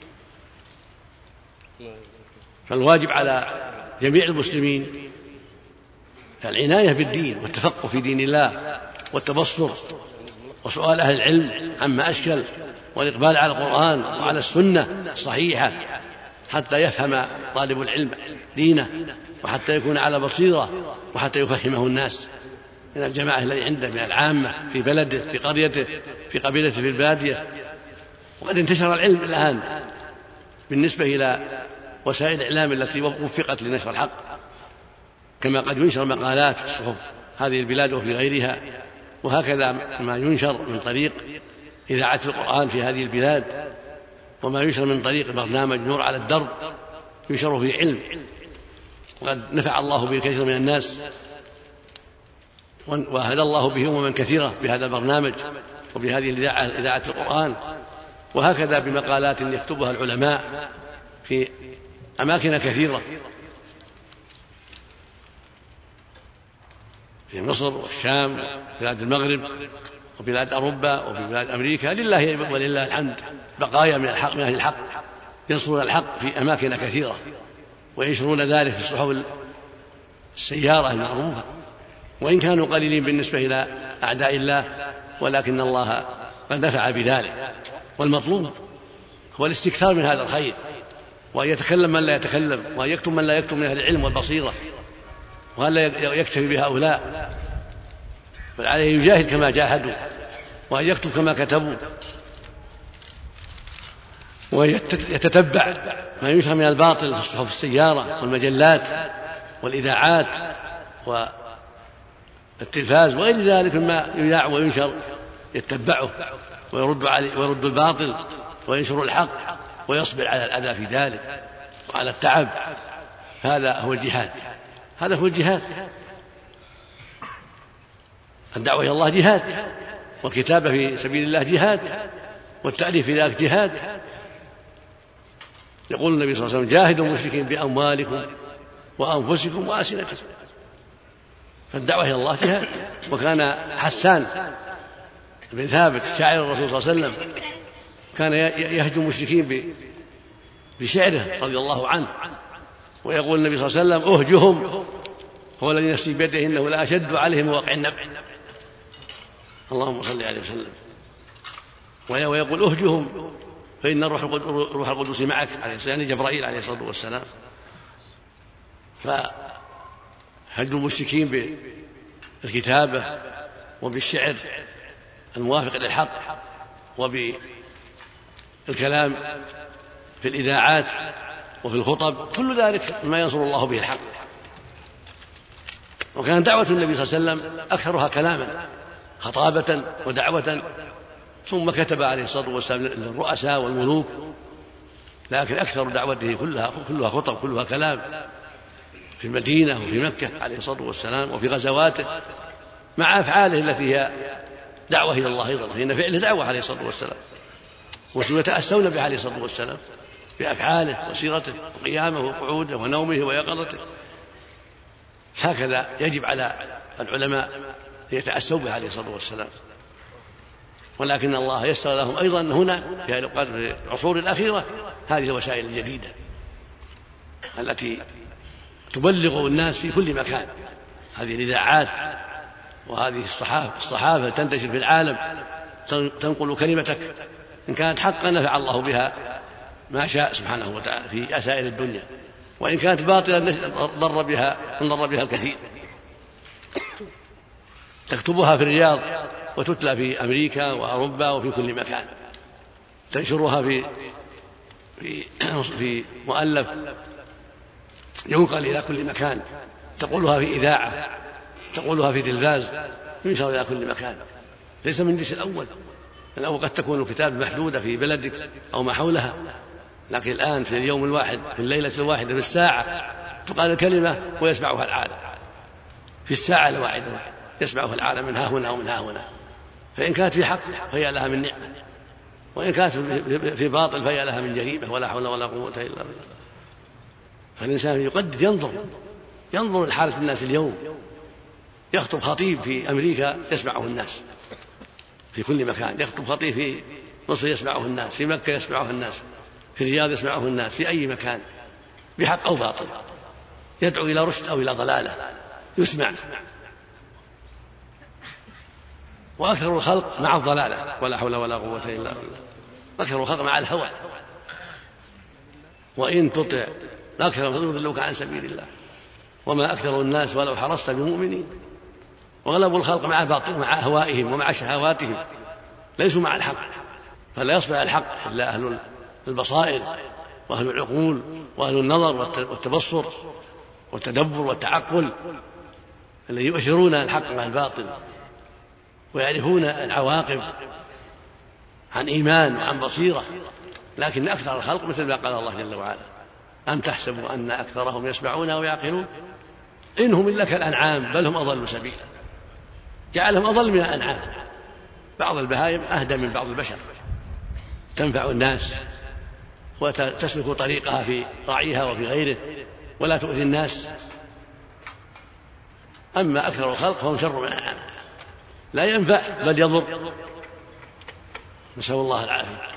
فالواجب على جميع المسلمين العناية بالدين والتفقه في دين الله والتبصر وسؤال أهل العلم عما أشكل، والإقبال على القرآن وعلى السنة الصحيحة حتى يفهم طالب العلم دينه، وحتى يكون على بصيرة، وحتى يفهمه الناس من الجماعة الذي عنده من العامة في بلده في قريته في قبيلته في البادية. وقد انتشر العلم الآن بالنسبة إلى وسائل الإعلام التي وفقت لنشر الحق، كما قد ينشر مقالات في الصحف هذه البلاد وفي غيرها، وهكذا ما ينشر من طريق إذاعة القرآن في هذه البلاد، وما ينشر من طريق برنامج نور على الدرب ينشر فيه علم. وقد نفع الله به كثير من الناس وهدى الله به أمما كثيرة بهذا البرنامج وبهذه الإذاعة، إذاعة القرآن، وهكذا بمقالات يكتبها العلماء في أماكن كثيرة في مصر والشام وبلاد المغرب وبلاد أوروبا وفي بلاد أمريكا، لله ولله الحمد بقايا من الحق من أهل الحق ينصرون الحق في أماكن كثيرة وينشرون ذلك في الصحف السيارة المعروفة، وإن كانوا قليلين بالنسبة إلى أعداء الله، ولكن الله قد نفع بذلك. والمطلوب هو الاستكثار من هذا الخير، وأن يتكلم من لا يتكلم، وأن يكتب من لا يكتب من أهل العلم والبصيرة، وأن لا يكتفي بهؤلاء، بل عليه يجاهد كما جاهدوا، وأن يكتب كما كتبوا، ويتتبع ما ينشر من الباطل في الصحف السيارة والمجلات والإذاعات والتلفاز وغير ذلك مما يذاع وينشر، يتبعه ويرد الباطل وينشر الحق ويصبر على الأذى في ذلك وعلى التعب. هذا هو الجهاد، هذا هو الجهاد. الدعوة إلى الله جهاد، والكتابة في سبيل الله جهاد، والتأليف في ذلك جهاد. يقول النبي صلى الله عليه وسلم: جاهدوا المشركين بأموالكم وأنفسكم وألسنتكم. فالدعوة إلى الله جهاد. وكان حسان بن ثابت شاعر الرسول صلى الله عليه وسلم كان يهجو المشركين بشعره رضي الله عنه، ويقول النبي صلى الله عليه وسلم: أهجهم، هو الذي نفسي بيده إنه لا أشد عليهم واقع النبع. اللهم صل عليه وسلم. ويقول: أهجهم فإن روح القدس معك، يعني جبرائيل عليه الصلاة والسلام. فهج المشركين بالكتابة وبالشعر الموافق للحق وبالكلام في الإذاعات وفي الخطب، كل ذلك ما ينصر الله به الحق. وكان دعوة النبي صلى الله عليه وسلم أكثرها كلاما خطابة ودعوة، ثم كتب عليه الصلاة والسلام للرؤساء والملوك، لكن أكثر دعوته كلها خطب، كلها كلام في المدينة وفي مكة عليه الصلاة والسلام وفي غزواته، مع أفعاله التي هي دعوة إلى الله أيضا، فإن فعله دعوة عليه الصلاة والسلام، ويتأسون به عليه الصلاة والسلام بأفعاله وسيرته وقيامه وقعوده ونومه ويقظته. هكذا يجب على العلماء أن يتأسوا به عليه الصلاة والسلام. ولكن الله يسر لهم أيضا هنا في العصور الأخيرة هذه الوسائل الجديدة التي تبلغ الناس في كل مكان، هذه الإذاعات وهذه الصحافة تنتشر في العالم، تنقل كلمتك، إن كانت حقا نفع الله بها ما شاء سبحانه وتعالى في أسائر الدنيا، وإن كانت باطلا ضر بها الكثير. تكتبها في الرياض وتتلى في أمريكا وأوروبا وفي كل مكان، تنشرها في مؤلف ينقل إلى كل مكان، تقولها في إذاعة، تقولها في تلفاز، ينشر إلى كل مكان، ليس من جنس الأول. الأول قد تكون الكتاب محدودة في بلدك أو ما حولها، لكن الآن في اليوم الواحد في الليلة الواحدة في الساعة تقال الكلمة ويسمعها العالم، في الساعة الواحدة يسمعها العالم من ها هنا ومن ها هنا. فإن كانت في حق فهي لها من نعمة، وإن كانت في باطل فهي لها من جريمة، ولا حول ولا قوة إلا بالله. فالإنسان يقدر ينظر لحالة الناس اليوم. يخطب خطيب في أمريكا يسمعه الناس في كل مكان، يخطب خطيب في مصر يسمعه الناس، في مكة يسمعه الناس، في الرياض يسمعه الناس، في أي مكان بحق أو باطل، يدعو إلى رشد أو إلى ضلالة يسمع. وأكثر الخلق مع الضلالة، ولا حول ولا قوة إلا بالله. أكثر الخلق مع الهوى، وإن تطع أكثر يضلوك عن سبيل الله، وما أكثر الناس ولو حرصت بمؤمنين. وغلب الخلق مع باطل، مع أهوائهم ومع شهواتهم، ليسوا مع الحق. فلا يصبح الحق إلا أهل البصائر وأهل العقول وأهل النظر والتبصر والتدبر والتعقل، الذين يؤثرون الحق مع الباطل ويعرفون العواقب عن إيمان وعن بصيرة. لكن أكثر الخلق مثل ما قال الله جل وعلا: أم تحسبوا أن أكثرهم يسمعون ويعقلون إنهم إلا كالأنعام بل هم أضل سبيلا. جعلهم أضل من الأنعام. بعض البهائم أهدى من بعض البشر، تنفع الناس وتسلك طريقها في رعيها وفي غيره ولا تؤذي الناس. أما أكثر الخلق فهم شر من الأنعام، لا ينفع بل يضر، نسأل الله العافية.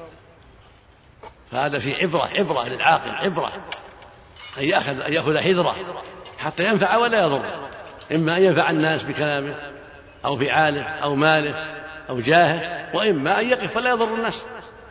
فهذا في عبرة للعاقل، عبرة أن يأخذ حذره حتى ينفع ولا يضر، إما أن ينفع الناس بكلامه أو فعاله أو ماله أو جاهه، وإما أن يقف فلا يضر الناس.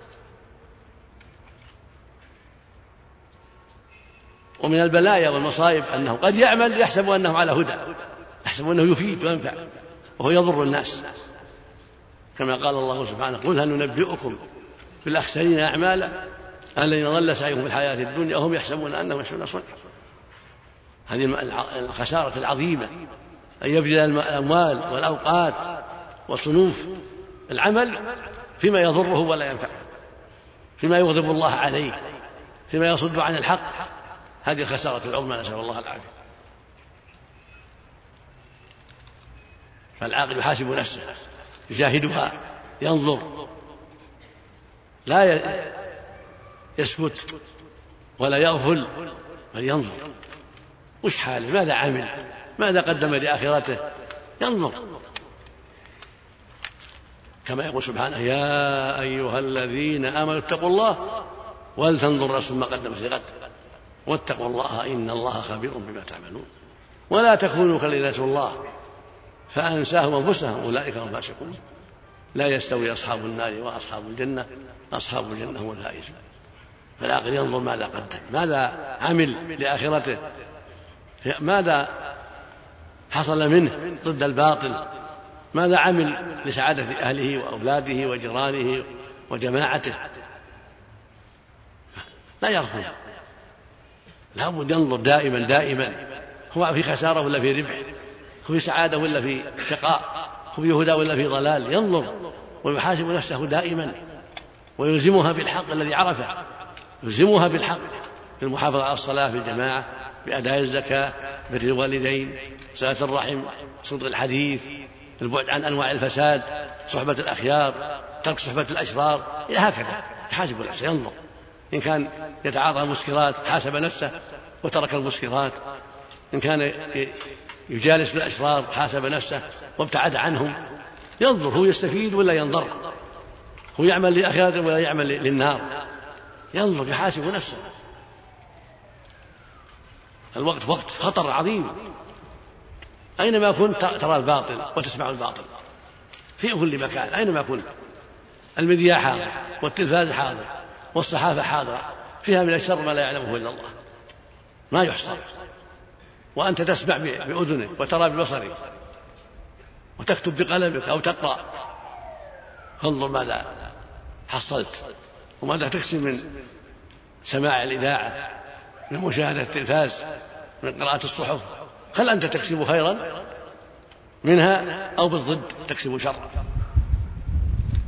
ومن البلايا والمصائب أنه قد يعمل يحسب أنه على هدى، يحسب أنه يفيد وينفع وهو يضر الناس، كما قال الله سبحانه: قل هل ننبئكم بالأخسرين أعمالا الذين ضل سعيهم في الحياة الدنيا وهم يحسبون أنهم يحسنون صنعا. هذه الخسارة العظيمة، أن يبذل الأموال والأوقات وصنوف العمل فيما يضره ولا ينفعه، فيما يغضب الله عليه، فيما يصد عن الحق. هذه الخسارة العظمى، نسأل الله العافية. فالعاقل يحاسب نفسه، يجاهدها، ينظر، لا يسكت ولا يغفل، بل ينظر وش حاله، ماذا عمل، ماذا قدم لآخرته، ينظر. كما يقول سبحانه: يا أيها الذين آمنوا اتقوا الله ولتنظر نفس ما قدمت لغد واتقوا الله إن الله خبير بما تعملون. ولا تكونوا كالذين نسوا الله فأنساهم أنفسهم أولئك هم الفاسقون. لا يستوي أصحاب النار وأصحاب الجنة، أصحاب الجنة هم الفائزون. فالعاقل ينظر ماذا قدم، ماذا عمل لآخرته، ماذا حصل منه ضد الباطل، ماذا عمل لسعادة أهله وأولاده وجيرانه وجماعته. لا يغفل، لا بد ينظر دائما هو في خسارة ولا في ربح، هو في سعادة ولا في شقاء، هو في هدى ولا في ضلال. ينظر ويحاسب نفسه دائما ويلزمها بالحق الذي عرفه، يلزمها بالحق في المحافظة على الصلاة في الجماعة، بأداء الزكاة، بر الوالدين، صلة الرحم، صدق الحديث، البعد عن أنواع الفساد، صحبة الأخيار، ترك صحبة الأشرار، إلى هكذا يحاسب نفسه. ينظر إن كان يتعاطى المسكرات حاسب نفسه وترك المسكرات، إن كان يجالس بالأشرار حاسب نفسه وابتعد عنهم. ينظر هو يستفيد ولا ينظر، هو يعمل لآخرته ولا يعمل للنار. ينظر يحاسب نفسه. الوقت وقت خطر عظيم، أينما كنت ترى الباطل وتسمع الباطل في كل مكان، أينما كنت. المذياع حاضر والتلفاز حاضر والصحافة حاضرة، فيها من الشر ما لا يعلمه إلا الله ما يحصى، وأنت تسمع بأذنك وترى ببصرك وتكتب بقلمك أو تقرأ. فانظر ماذا حصلت وماذا تكسب من سماع الإذاعة، من مشاهدة التلفاز، من قراءة الصحف. هل أنت تكسب خيرا منها أو بالضد تكسب شرا؟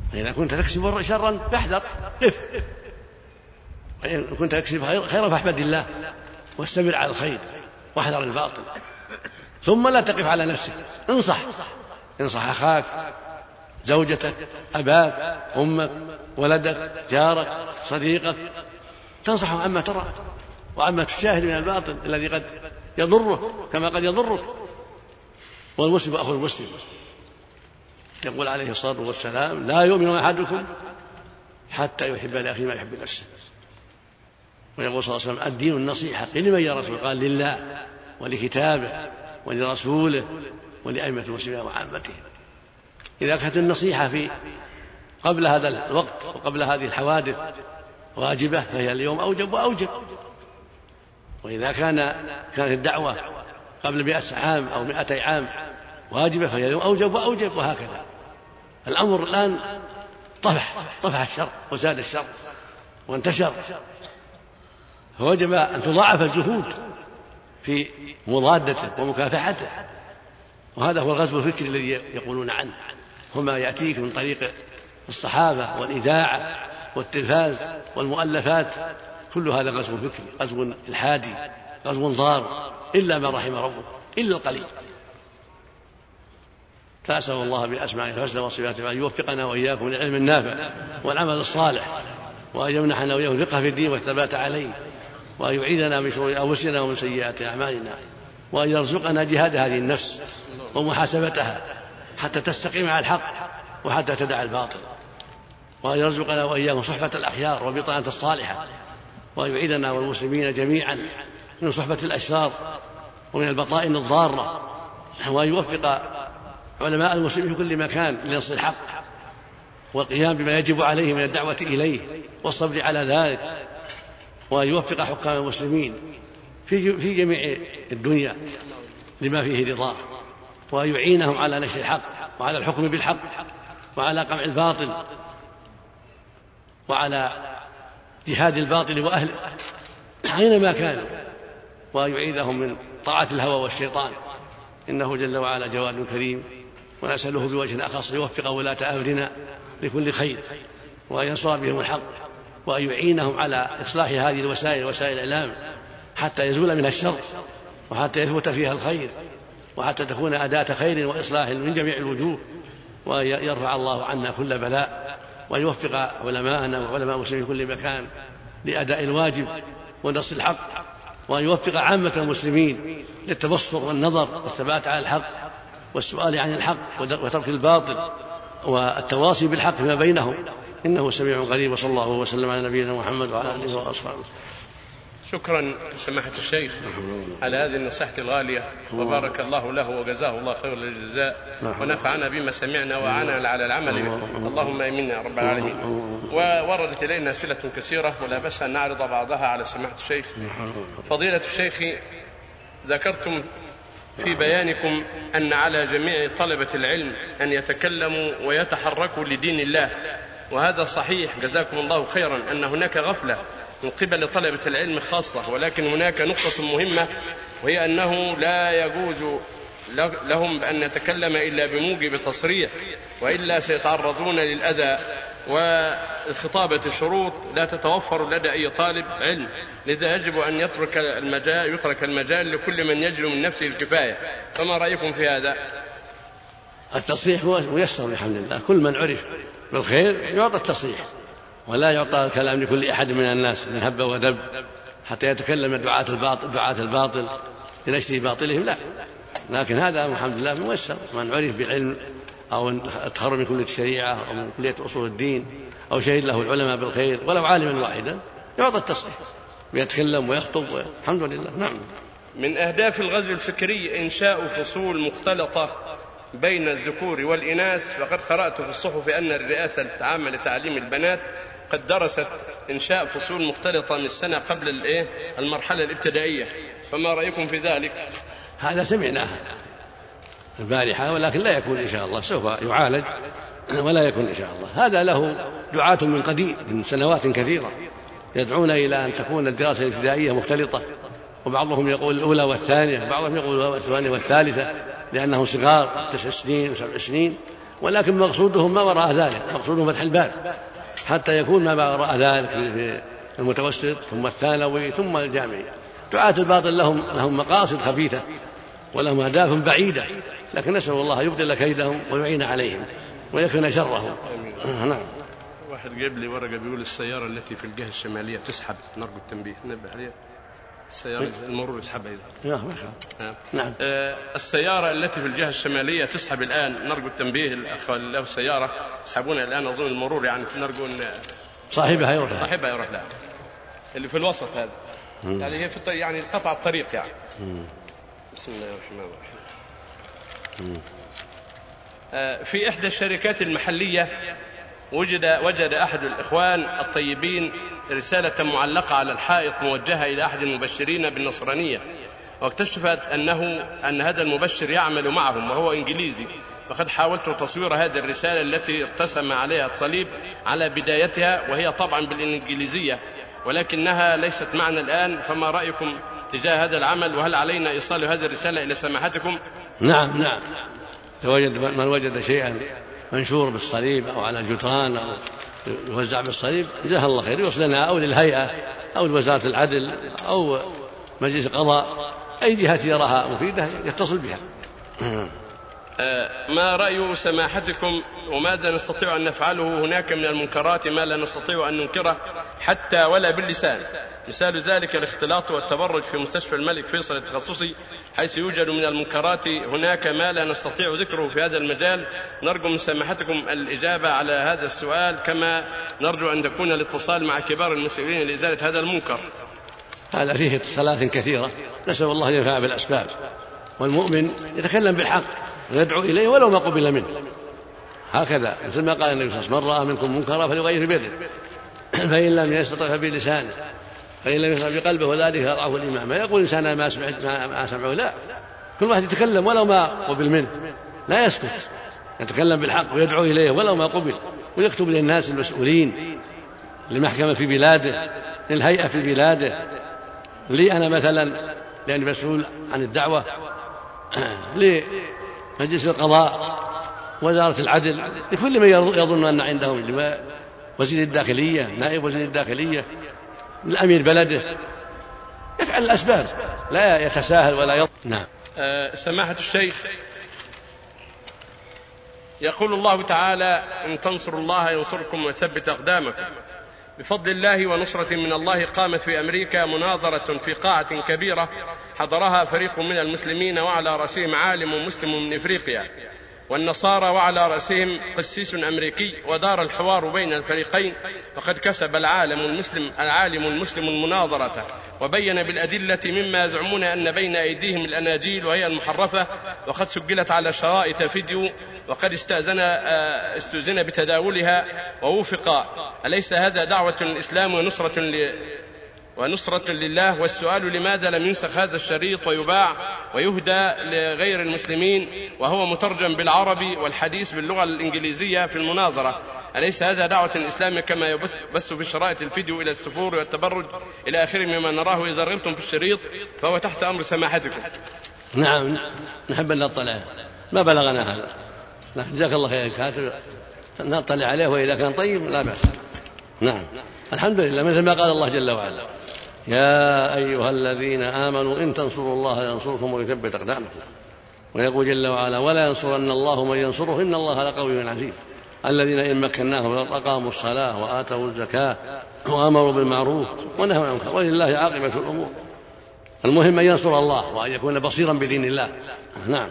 فإذا كنت تكسب شرا فاحذر، قف، وإن كنت تكسب خيرا فاحمد الله واستمر على الخير واحذر الباطل. ثم لا تقف على نفسك، انصح أخاك، زوجتك، أباك، أمك، ولدك، جارك، صديقك، تنصحه عما ترى وعما تشاهد من الباطل الذي قد يضره كما قد يضرك. والمسلم أخو المسلم، يقول عليه الصلاة والسلام: لا يؤمن أحدكم حتى يحب لأخيه ما يحب لنفسه. ويقول صلى الله عليه وسلم: الدين النصيحة. قيل: لمن يا رسول؟ قال: لله ولكتابه ولرسوله ولأئمة المسلمين وعامتهم. إذا كانت النصيحة في قبل هذا الوقت وقبل هذه الحوادث واجبة فهي اليوم أوجب وأوجب، وإذا كانت الدعوة قبل 100 عام أو 200 عام واجبة فهي اليوم أوجب وأوجب، وهكذا. الأمر الآن طفح الشر وزاد الشر وانتشر، فوجب أن تضاعف الجهود في مضادته ومكافحته. وهذا هو الغزو الفكري الذي يقولون عنه، وما يأتيك من طريق الصحافة والإذاعة والتلفاز والمؤلفات، كل هذا غزو فكري، غزو الحادي، غزو ضار، إلا ما رحم ربه، إلا القليل. فأسأل الله بأسمائه الحسنى وصفاته أن يوفقنا وإياكم للعلم النافع والعمل الصالح، وأن يمنحنا وإياكم الفقه في الدين والثبات عليه، وأن يعيذنا من شرور أنفسنا ومن سيئات أعمالنا، وأن يرزقنا جهاد هذه النفس ومحاسبتها حتى تستقيم على الحق وحتى تدع الباطل، وأن يرزقنا وإياكم صحبة الأخيار والبطانة الصالحة، وأن يعيذنا والمسلمين جميعا من صحبة الأشرار ومن البطائن الضارة، وأن يوفق علماء المسلمين في كل مكان لنصر الحق والقيام بما يجب عليه من الدعوة إليه والصبر على ذلك، وأن يوفق حكام المسلمين في جميع الدنيا لما فيه رضاه، وأن يعينهم على نشر الحق وعلى الحكم بالحق وعلى قمع الباطل وعلى جهاد الباطل وأهله أينما كانوا، وأن يعيذهم من طاعة الهوى والشيطان، إنه جل وعلا جواد كريم، ونسأله بوجه أخص يوفق ولاة أمرنا لكل خير، وأن ينصر بهم الحق، وأن يعينهم على إصلاح هذه الوسائل وسائل الإعلام حتى يزول منها الشر وحتى يثبت فيها الخير وحتى تكون أداة خير وإصلاح من جميع الوجوه، وأن يرفع الله عنا كل بلاء، وأن يوفق علماءنا وعلماء المسلمين في كل مكان لأداء الواجب ونصر الحق، وأن يوفق عامة المسلمين للتبصر والنظر والثبات على الحق والسؤال عن الحق وترك الباطل والتواصي بالحق فيما بينهم، إنه سميع قريب. وصلى الله وسلم على نبينا محمد وعلى آله وأصحابه. شكرا سماحة الشيخ على هذه النصيحة الغالية، وبارك الله له وجزاه الله خير الجزاء، ونفعنا بما سمعنا وعنا على العمل به، اللهم آمين يا رب العالمين. ووردت إلينا أسئلة كثيرة ولا بأس أن نعرض بعضها على سماحة الشيخ. فضيلة الشيخ، ذكرتم في بيانكم أن على جميع طلبة العلم أن يتكلموا ويتحركوا لدين الله، وهذا صحيح جزاكم الله خيرا، أن هناك غفلة من قبل طلبة العلم خاصة، ولكن هناك نقطة مهمة، وهي أنه لا يجوز لهم أن نتكلم إلا بموجب تصريح، وإلا سيتعرضون للأذى، والخطابة شروط لا تتوفر لدى أي طالب علم، لذا يجب أن يترك المجال لكل من يجد من نفسه الكفاية. فما رأيكم في هذا؟ التصريح ميسر بحمد الله، كل من عرف بالخير يعطى التصريح، ولا يعطى الكلام لكل أحد من الناس من هب ودب حتى يتكلم دعاة الباطل لنشر باطلهم، لا. لكن هذا الحمد لله ميسر، من عرف بالعلم أو التخرج من كلية الشريعة أو من كلية أصول الدين أو شهد له العلماء بالخير ولو عالما واحدا يعطى التصريح ويتكلم ويخطب، الحمد لله. نعم. من أهداف الغزو الفكري إنشاء فصول مختلطة بين الذكور والإناث، فقد قرأت في الصحف أن الرئاسة العامة لتعليم البنات قد درست إنشاء فصول مختلطة من السنة قبل المرحلة الابتدائية، فما رأيكم في ذلك؟ هذا سمعناها البارحة، ولكن لا يكون إن شاء الله، سوف يعالج ولا يكون إن شاء الله. هذا له دعاة من قديم من سنوات كثيرة يدعون إلى أن تكون الدراسة الابتدائية مختلطة، وبعضهم يقول الأولى والثانية، بعضهم يقول الثانية والثالثة لأنهم صغار 9 سنين و7 سنين، ولكن مقصودهم ما وراء ذلك، مقصودهم فتح الباب حتى يكون ما وراء ذلك في المتوسط ثم الثانوي ثم الجامعي. دعاة الباطل لهم مقاصد خبيثة ولهم أهداف بعيدة، لكن نسأل الله يبطل كيدهم ويعين عليهم ويكفينا شرهم. نعم. واحد جايب لي ورقة بيقول السيارة التي في الجهة الشمالية تسحب، نرجو التنبيه نبه عليها. السيارة المرور يسحبها إذا. نعم. السيارة التي في الجهة الشمالية تسحب الآن، نرجو التنبيه الأخ له السيارة يسحبونها الآن، أظن المرور يعني نرجو أن صاحبها يروح لها. اللي في الوسط هذا يعني هي في يعني قطع الطريق يعني. بسم الله الرحمن الرحيم. في إحدى الشركات المحلية وجد أحد الإخوان الطيبين رسالة معلقة على الحائط موجهة إلى أحد المبشرين بالنصرانية، واكتشفت أن هذا المبشر يعمل معهم وهو إنجليزي، وقد حاولت تصوير هذه الرسالة التي ارتسم عليها الصليب على بدايتها، وهي طبعا بالإنجليزية ولكنها ليست معنا الآن، فما رأيكم تجاه هذا العمل؟ وهل علينا إيصال هذه الرسالة إلى سماحتكم؟ نعم. من وجد شيئا منشور بالصليب أو على جدران أو يوزع بالصليب جزاه الله خير يوصلنا أو للهيئة أو لوزارة العدل أو مجلس القضاء، أي جهة يراها مفيدة يتصل بها. ما رأي سماحتكم وماذا نستطيع أن نفعله؟ هناك من المنكرات ما لا نستطيع أن ننكره حتى ولا باللسان، مثال ذلك الاختلاط والتبرج في مستشفى الملك فيصل التخصصي، حيث يوجد من المنكرات هناك ما لا نستطيع ذكره في هذا المجال. نرجو من سماحتكم الإجابة على هذا السؤال، كما نرجو أن تكون الاتصال مع كبار المسؤولين لإزالة هذا المنكر. هذا فيه اتصالات كثيرة، نسأل الله ينفع بالأسباب، والمؤمن يتكلم بالحق ويدعو إليه ولو ما قبل منه، هكذا مثل ما قال النبي صلى الله عليه وسلم: من رأى منكم منكرا فليغير بيده، فإن لم يستطع فبلسانه، فإن لم يستطع بقلبه وذلك أضعف الإيمان. ما يقول إنسان ما سمعه، لا، كل واحد يتكلم ولو ما قبل منه، لا يسكت، يتكلم بالحق ويدعو إليه ولو ما قبل، ويكتب للناس المسؤولين، للمحكمة في بلاده، للهيئة في بلاده، لي أنا مثلا لأني مسؤول عن الدعوة، لمجلس القضاء، وزارة العدل، لكل من يظن أن عندهم، وزير الداخلية، نائب وزير الداخلية، الأمير بلده، يفعل الأسباب، لا يتساهل ولا يظن. نعم. سماحة الشيخ، يقول الله تعالى: إن تنصروا الله ينصركم ويثبت أقدامكم. بفضل الله ونصرة من الله قامت في أمريكا مناظرة في قاعة كبيرة حضرها فريق من المسلمين، وعلى رأسهم عالم مسلم من إفريقيا، والنصارى وعلى رأسهم قسيس أمريكي، ودار الحوار بين الفريقين، وقد كسب العالم المسلم المناظرة، وبين بالأدلة مما يزعمون أن بين أيديهم الأناجيل وهي المحرفة، وقد سجلت على شرائط فيديو، وقد استأذن بتداولها ووفق. أليس هذا دعوة الإسلام ونصرة لله؟ والسؤال: لماذا لم ينسخ هذا الشريط ويباع ويهدى لغير المسلمين وهو مترجم بالعربي والحديث باللغة الإنجليزية في المناظرة؟ أليس هذا دعوة الإسلام كما يبث في شرائط الفيديو إلى السفور والتبرج إلى آخره مما نراه؟ إذا رغبتم في الشريط فهو تحت أمر سماحتكم. نعم، نحب أن نطلع، ما بلغنا هذا، جزاك الله خير كاتب، نطلع عليه، وإذا كان طيب لا بأس. نعم، الحمد لله، مثل ما قال الله جل وعلا: يا أيها الذين آمنوا إن تنصروا الله ينصركم ويثبت أقدامكم. ويقول جل وعلا: ولا ينصرن الله من ينصره إن الله لقوي عزيز. الذين إن مكناهم أقاموا الصلاة وآتوا الزكاة وأمروا بالمعروف ونهوا عن المنكر ولله عاقبة الأمور. المهم أن ينصر الله وأن يكون بصيرا بدين الله. نعم.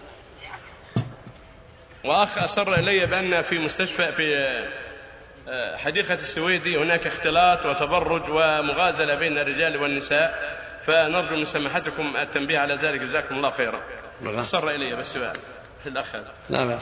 وأخ أسر إلي بأن في مستشفى في حديقة السويدي هناك اختلاط وتبرج ومغازلة بين الرجال والنساء، فنرجو من سماحتكم التنبيه على ذلك، جزاكم الله خيرا. أسر إلي بس في الأخ هذا. لا بأس،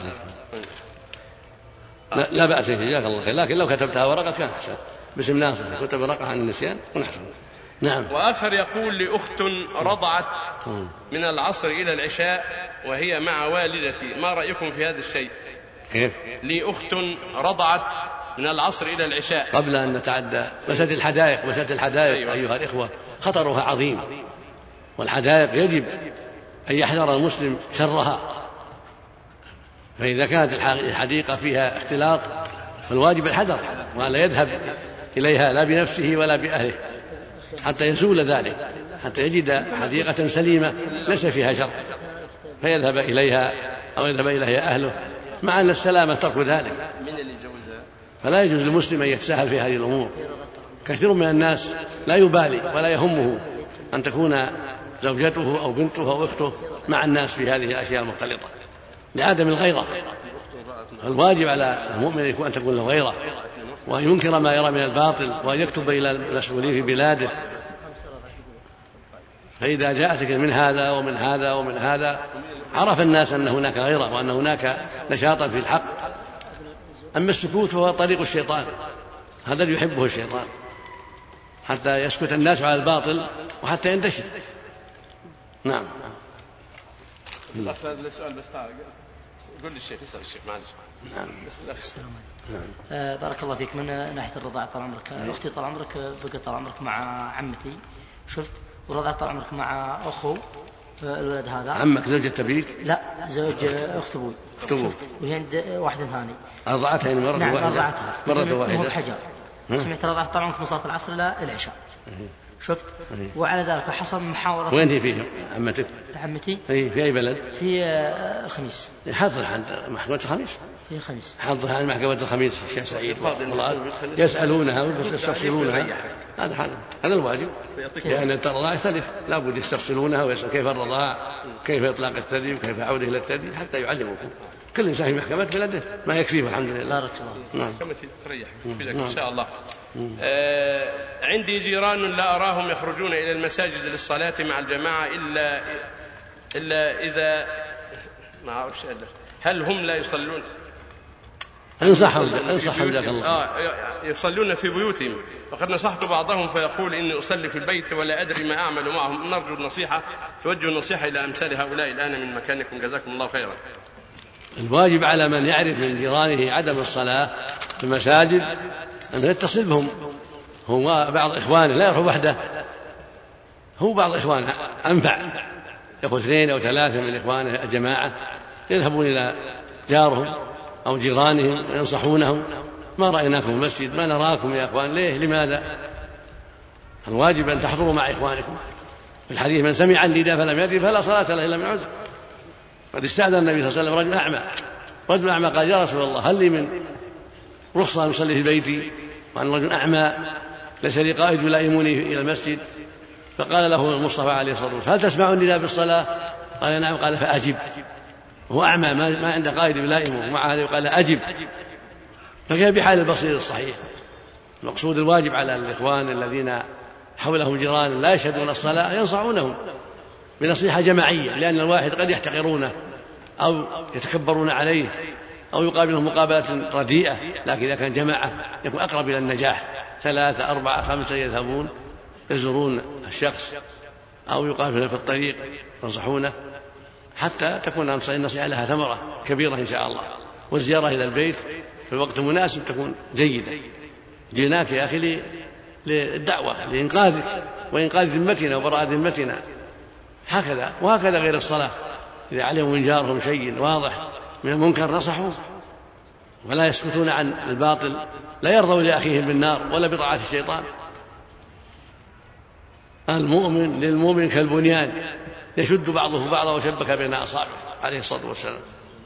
لا بأس، جزاك الله خير، لكن لو كتبتها ورقة كان أحسن، باسم ناصر، كتب ورقة عن النسيان ونحسن. نعم. وآخر يقول: لأخت رضعت من العصر إلى العشاء وهي مع والدتي، ما رأيكم في هذا الشيء؟ كيف؟ لأخت رضعت من العصر إلى العشاء. قبل أن نتعدى مسألة الحدائق أيوة. أيها الإخوة، خطرها عظيم، والحدائق يجب أن يحذر المسلم شرها، فإذا كانت الحديقة فيها اختلاط فالواجب الحذر وألا يذهب إليها لا بنفسه ولا بأهله حتى يزول ذلك، حتى يجد حديقة سليمة ليس فيها شر فيذهب إليها أو يذهب إليها أهله، مع أن السلامة ترك ذلك. فلا يجوز للمسلم أن يتساهل في هذه الأمور. كثير من الناس لا يبالي ولا يهمه أن تكون زوجته أو بنته أو أخته مع الناس في هذه الأشياء المختلطة لعدم الغيرة. الواجب على المؤمن أن تكون له غيرة، وأن ينكر ما يرى من الباطل، وأن يكتب إلى المسؤولين في بلاده. فإذا جاءتك من هذا ومن هذا ومن هذا عرف الناس أن هناك غيرة وأن هناك نشاطا في الحق. أما السكوت فهو طريق الشيطان، هذا اللي يحبه الشيطان، حتى يسكت الناس على الباطل وحتى ينتشر. نعم. هذا السؤال بس قل لي الشيخ، اسأل الشيخ معلش. نعم. بارك الله فيك. من ناحية الرضاعة طال عمرك، أختي طال عمرك بقى طال عمرك مع عمتي، شفت، ورضاعة طال عمرك مع أخو الولد هذا. عمك زوجة أبيك؟ لا، زوج أخت أبوي. وهي عند واحد ثاني. أرضعتها يعني مرة واحدة؟ نعم أرضعتها مرة واحدة. مو بحجر. سمعت رضاعة طال عمرك من صلاة العصر إلى العشاء، شفت. وعلى ذلك حصل محاورة. وين هي فيه عمتك؟ عمتي في أي بلد؟ في الخميس. حاضر عند محكمة الخميس؟ في الخميس. حاضر عند محكمة الخميس الشيخ سعيد يسألونها ويستفسرونها. هذا الواجب، لأن الرضاعة يختلف، لا بد يستفسرونها ويسأل كيف الرضاعة، كيف إطلاق الثدي، وكيف عوده إلى الثدي، حتى يعلموكم. كل إنسان في محكمة بلده ما يكفيه والحمد لله. بارك الله. محكمة تريح إن شاء الله. عندي جيران لا أراهم يخرجون إلى المساجد للصلاة مع الجماعة إلا إذا ما أعرفش هل هم لا يصلون؟ انصحهم جزاك الله. يصلون في بيوتهم، وقد نصحت بعضهم فيقول إني أصلي في البيت ولا أدري ما أعمل معهم. نرجو النصيحة، توجه النصيحة إلى أمثال هؤلاء الآن من مكانكم، جزاكم الله خيرا. الواجب على من يعرف من جيرانه عدم الصلاة في المساجد أن يتصل بهم، هو بعض إخوانه لا يروح وحده، هو بعض إخوانه أنفع، يأخذ 2 أو 3 من إخوانه الجماعة يذهبون إلى جارهم أو جيرانهم وينصحونهم. ما رأيناكم في المسجد، ما نراكم يا إخوان، ليه لماذا؟ الواجب أن تحضروا مع إخوانكم. في الحديث من سمع النداء فلم يأتي فلا صلاة له إلا من عذر. قد استأذن النبي صلى الله عليه وسلم رجل أعمى قال يا رسول الله هل لي من رخصة نصلي في بيتي وأنا رجل أعمى ليس لي قائد يلائمني إلى المسجد؟ فقال له المصطفى عليه الصلاة والسلام هل تسمع النداء بالصلاة؟ قال نعم. قال فأجب. هو أعمى ما عنده قائد يلائمه، ومع هذا قال أجب. فكيف بحال البصير الصحيح؟ المقصود الواجب على الإخوان الذين حولهم جيران لا يشهدون الصلاة ينصحونهم بنصيحة جماعية، لأن الواحد قد يحتقرونه أو يتكبرون عليه أو يقابلهم مقابلة رديئة، لكن إذا كان جماعة يكون أقرب إلى النجاح. 3 4 5 يذهبون يزورون الشخص أو يقابلونه في الطريق ينصحونه حتى تكون النصيحة لها ثمرة كبيرة إن شاء الله. والزيارة إلى البيت في الوقت المناسب تكون جيدة. جئناك يا أخي للدعوة لإنقاذك وإنقاذ ذمتنا وبراءة ذمتنا، هكذا وهكذا غير الصلاة. إذا علموا من جارهم شيء واضح من المنكر نصحوا ولا يسكتون عن الباطل، لا يرضوا لأخيهم بالنار ولا بطاعة الشيطان. المؤمن للمؤمن كالبنيان يشد بعضه بعضا وشبك بين أصابعه عليه الصلاة والسلام.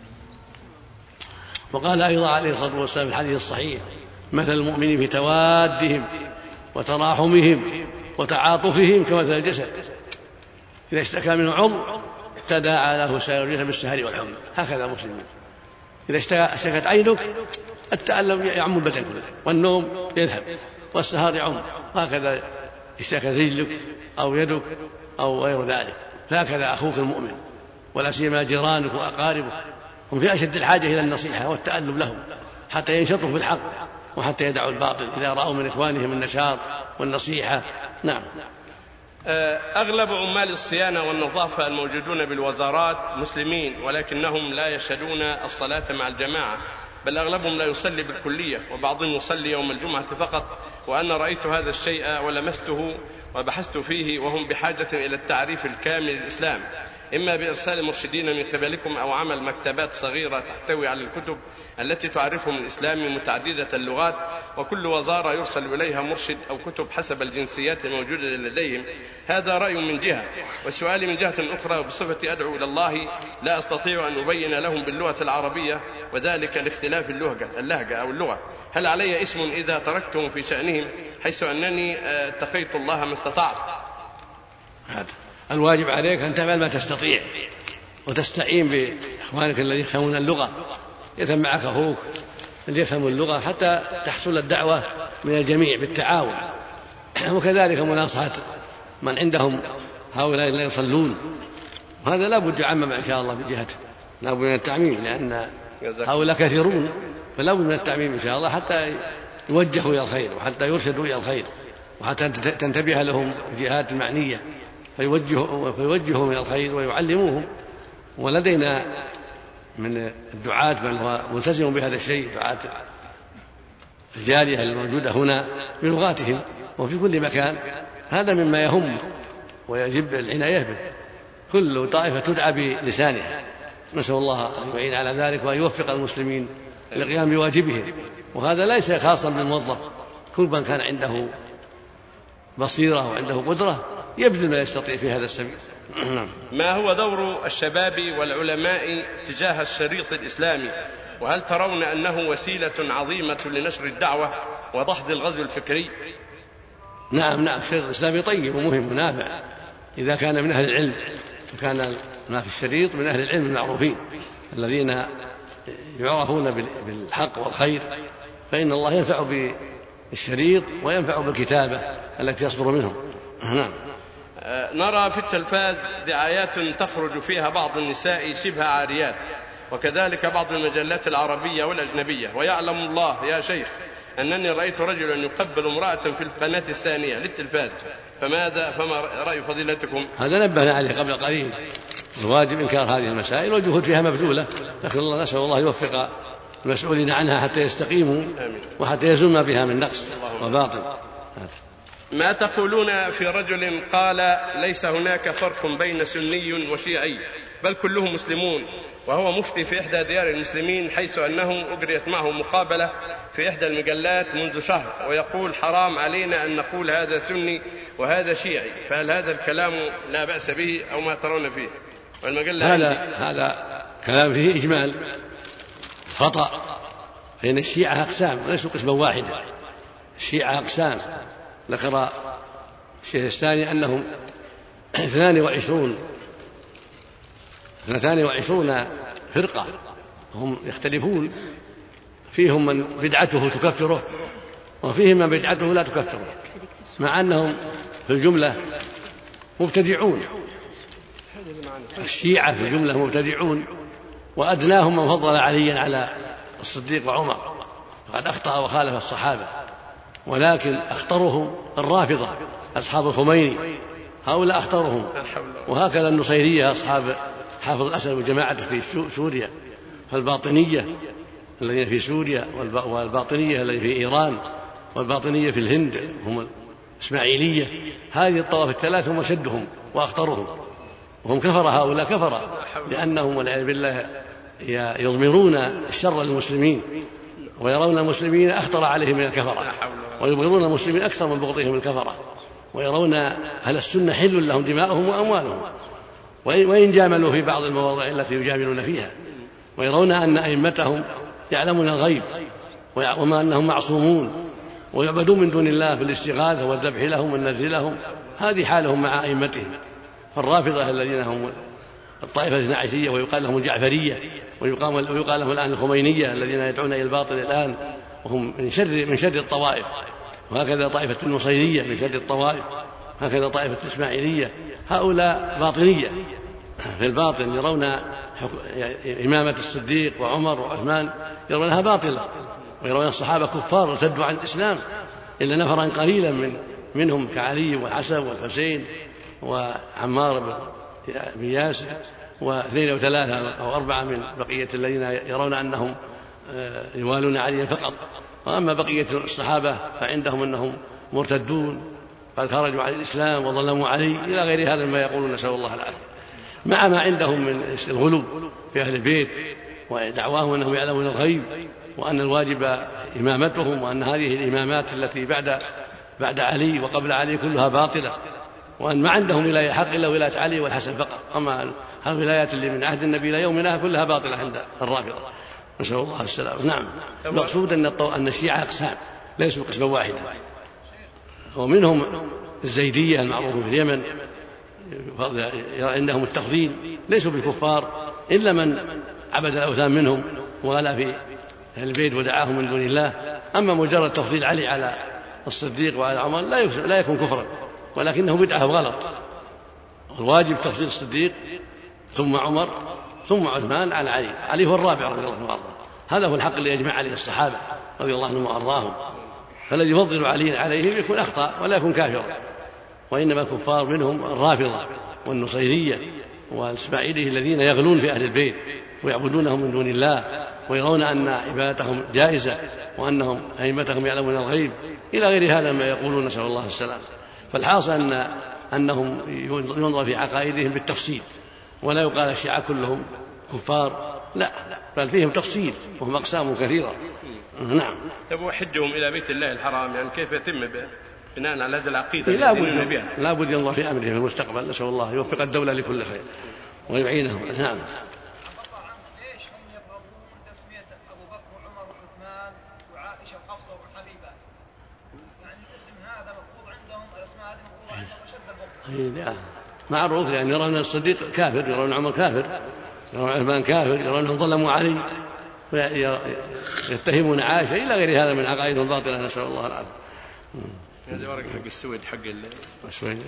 وقال أيضا عليه الصلاة والسلام في الحديث الصحيح مثل المؤمنين في توادهم وتراحمهم وتعاطفهم كمثل الجسد إذا اشتكى منه عضو تداعى له سائر الجسد بالسهر والحمى. هكذا مسلمون. إذا اشتكت عينك التألم يعم البدن كله والنوم يذهب والسهر يعم، هكذا اشتكت رجلك أو يدك أو غير ذلك. هكذا أخوك المؤمن ولا سيما جيرانك وأقاربك هم في أشد الحاجة إلى النصيحة والتألم لهم حتى ينشطوا في الحق وحتى يدعوا الباطل إذا رأوا من إخوانهم النشاط والنصيحة. نعم. أغلب عمال الصيانة والنظافة الموجودون بالوزارات مسلمين، ولكنهم لا يشهدون الصلاة مع الجماعة، بل أغلبهم لا يصلي بالكلية، وبعضهم يصلي يوم الجمعة فقط. وأنا رأيت هذا الشيء ولمسته وبحثت فيه، وهم بحاجة إلى التعريف الكامل للإسلام. إما بإرسال مرشدين من قبلكم أو عمل مكتبات صغيرة تحتوي على الكتب التي تعرفهم الإسلام متعددة اللغات، وكل وزارة يرسل إليها مرشد أو كتب حسب الجنسيات الموجودة لديهم. هذا رأي من جهة، والسؤال من جهة أخرى وبصفتي أدعو إلى الله لا أستطيع أن أبين لهم باللغة العربية وذلك لاختلاف اللهجة أو اللغة. هل علي اسم إذا تركتهم في شأنهم حيث أنني اتقيت الله ما استطعت؟ الواجب عليك أن تعمل ما تستطيع وتستعين بإخوانك الذين يفهمون اللغة، يتم معك أخوك الذي يفهم اللغة حتى تحصل الدعوة من الجميع بالتعاون. وكذلك مناصحة من عندهم هؤلاء لا يصلون، وهذا لا بد يعمم إن شاء الله بجهته، لا بد من التعميم لأن هؤلاء كثيرون، فلا بد من التعميم إن شاء الله حتى يوجهوا إلى الخير وحتى يرشدوا إلى الخير وحتى تنتبه لهم الجهات المعنية فيوجههم إلى الخير ويعلموهم. ولدينا من الدعاة من هو ملتزم بهذا الشيء، دعاة الجالية الموجودة هنا بلغاتهم وفي كل مكان، هذا مما يهم ويجب العناية به. كل طائفة تدعى بلسانها، نسأل الله أن يعين على ذلك وأن يوفق المسلمين للقيام بواجبهم. وهذا ليس خاصا بالموظف، كل من كان عنده بصيرة وعنده قدرة يبذل ما يستطيع في هذا السبيل. ما هو دور الشباب والعلماء تجاه الشريط الإسلامي؟ وهل ترون أنه وسيلة عظيمة لنشر الدعوة وضحض الغزو الفكري؟ نعم، الشريط الإسلامي طيب ومهم ونافع إذا كان من أهل العلم، وكان ما في الشريط من أهل العلم المعروفين الذين يعرفون بالحق والخير، فإن الله ينفع بالشريط وينفع بالكتابة التي يصدر منهم. نعم. نرى في التلفاز دعايات تخرج فيها بعض النساء شبه عاريات، وكذلك بعض المجلات العربية والأجنبية، ويعلم الله يا شيخ أنني رأيت رجلا يقبل امرأة في القناة الثانية للتلفاز، فما رأي فضيلتكم؟ هذا نبهنا عليه قبل قليل، الواجب إنكار هذه المسائل والجهود فيها مبذولة، لكن الله نسأل الله يوفق المسؤولين عنها حتى يستقيموا وحتى يزول ما بها من نقص وباطل. ما تقولون في رجل قال ليس هناك فرق بين سني وشيعي بل كلهم مسلمون، وهو مفتي في إحدى ديار المسلمين، حيث أنه أجريت معه مقابلة في إحدى المجلات منذ شهر، ويقول حرام علينا أن نقول هذا سني وهذا شيعي، فهل هذا الكلام لا بأس به أو ما ترون فيه؟ هذا كلام فيه إجمال خطأ، فإن الشيعة أقسام وليسوا قسما واحدا، الشيعة أقسام. ذكر الشيخ الثاني أنهم 22 فرقة هم يختلفون، فيهم من بدعته تكفره وفيهم من بدعته لا تكفره، مع أنهم في الجملة مبتدعون. الشيعة في الجملة مبتدعون، وأدناهم من فضل عليا على الصديق وعمر، فقد أخطأ وخالف الصحابة، ولكن أخطرهم الرافضة أصحاب الخميني، هؤلاء أخطرهم. وهكذا النصيرية أصحاب حافظ الأسد وجماعته في سوريا، فالباطنية الذين في سوريا والباطنية الذين في إيران والباطنية في الهند هم الإسماعيلية، هذه الطوائف الثلاث هم أشدهم وأخطرهم، وهم كفر، هؤلاء كفر لأنهم والعياذ بالله يضمرون الشر للمسلمين ويرون المسلمين أخطر عليهم من الكفرة، ويبغضون المسلمين أكثر من بغضهم الكفرة، ويرون أهل السنة حل لهم دماؤهم وأموالهم وإن جاملوا في بعض المواضع التي يجاملون فيها، ويرون أن أئمتهم يعلمون الغيب وما أنهم معصومون ويعبدون من دون الله بالاستغاثة والذبح لهم والنذر لهم. هذه حالهم مع أئمتهم. فالرافضة الذين هم الطائفة الاثناعشية ويقال لهم الجعفرية ويقال لهم الآن الخمينية الذين يدعون إلى الباطل الآن، وهم من شر الطوائف. وهكذا طائفة النصيرية من شر الطوائف، هكذا طائفة الإسماعيلية، هؤلاء باطنية في الباطن، يرون إمامة الصديق وعمر وعثمان يرونها باطلة، ويرون الصحابة كفار ارتدوا عن الإسلام إلا نفرا قليلا منهم كعلي والحسن والحسين وعمار بن ياسر واثنين وثلاثة أو أربعة من بقية الذين يرون أنهم يوالون عليا فقط. وأما بقية الصحابة فعندهم أنهم مرتدون قد خرجوا عن الإسلام وظلموا عليه إلى غير هذا ما يقولون، نسأل الله العافية. مع ما عندهم من الغلو في أهل البيت ودعواهم أنهم يعلمون الغيب وأن الواجب إمامتهم وأن هذه الإمامات التي بعد علي وقبل علي كلها باطلة، وأن ما عندهم ولاية حق إلا ولاية علي والحسن فقط، أما الولايات اللي من عهد النبي إلى يومنا كلها باطلة عند الرافضة، نسأل الله السلامة. نعم. المقصود أن الشيعة أقسام ليسوا قسما واحدا، ومنهم الزيدية المعروفون في اليمن عندهم التفضيل، ليسوا بالكفار إلا من عبد الأوثان منهم وغلا في أهل البيت ودعاهم من دون الله. أما مجرد تفضيل علي على الصديق وعلى عمر لا يكون كفرا، ولكنه بدعة وغلط. الواجب تفضيل الصديق ثم عمر ثم عثمان على علي، علي هو الرابع رضي الله عنه وارضاه، هذا هو الحق اللي يجمع عليه الصحابة رضي الله عنهم وارضاهم. فالذي يفضل علي عليهم يكون أخطأ ولا يكون كافرا، وإنما الكفار منهم الرافضة والنصيرية والإسماعيلية الذين يغلون في أهل البيت ويعبدونهم من دون الله ويرون أن عبادتهم جائزة وأنهم أئمتهم يعلمون الغيب إلى غير هذا ما يقولون، نسأل الله السلام. فالحاصل أنهم ينظر في عقائدهم بالتفصيل، ولا يقال الشيعة كلهم كفار، لا، بل فيهم تفصيل وهم أقسام كثيرة. نعم. وحجهم إلى بيت الله الحرام، يعني كيف يتم بناء على هذه العقيدة لا بد ينظر في أمره في المستقبل، نسأل الله يوفق الدولة لكل خير ويعينهم. نعم. معروف، لأن يرون الصديق كافر، يرون عمر كافر، يرون عثمان كافر، يرونهم ظلموا علي ويتهمون عائشة إلى غير هذا من عقائدهم الباطلة، نسأل الله العافية. هذا ورق حق السويد حق السويد.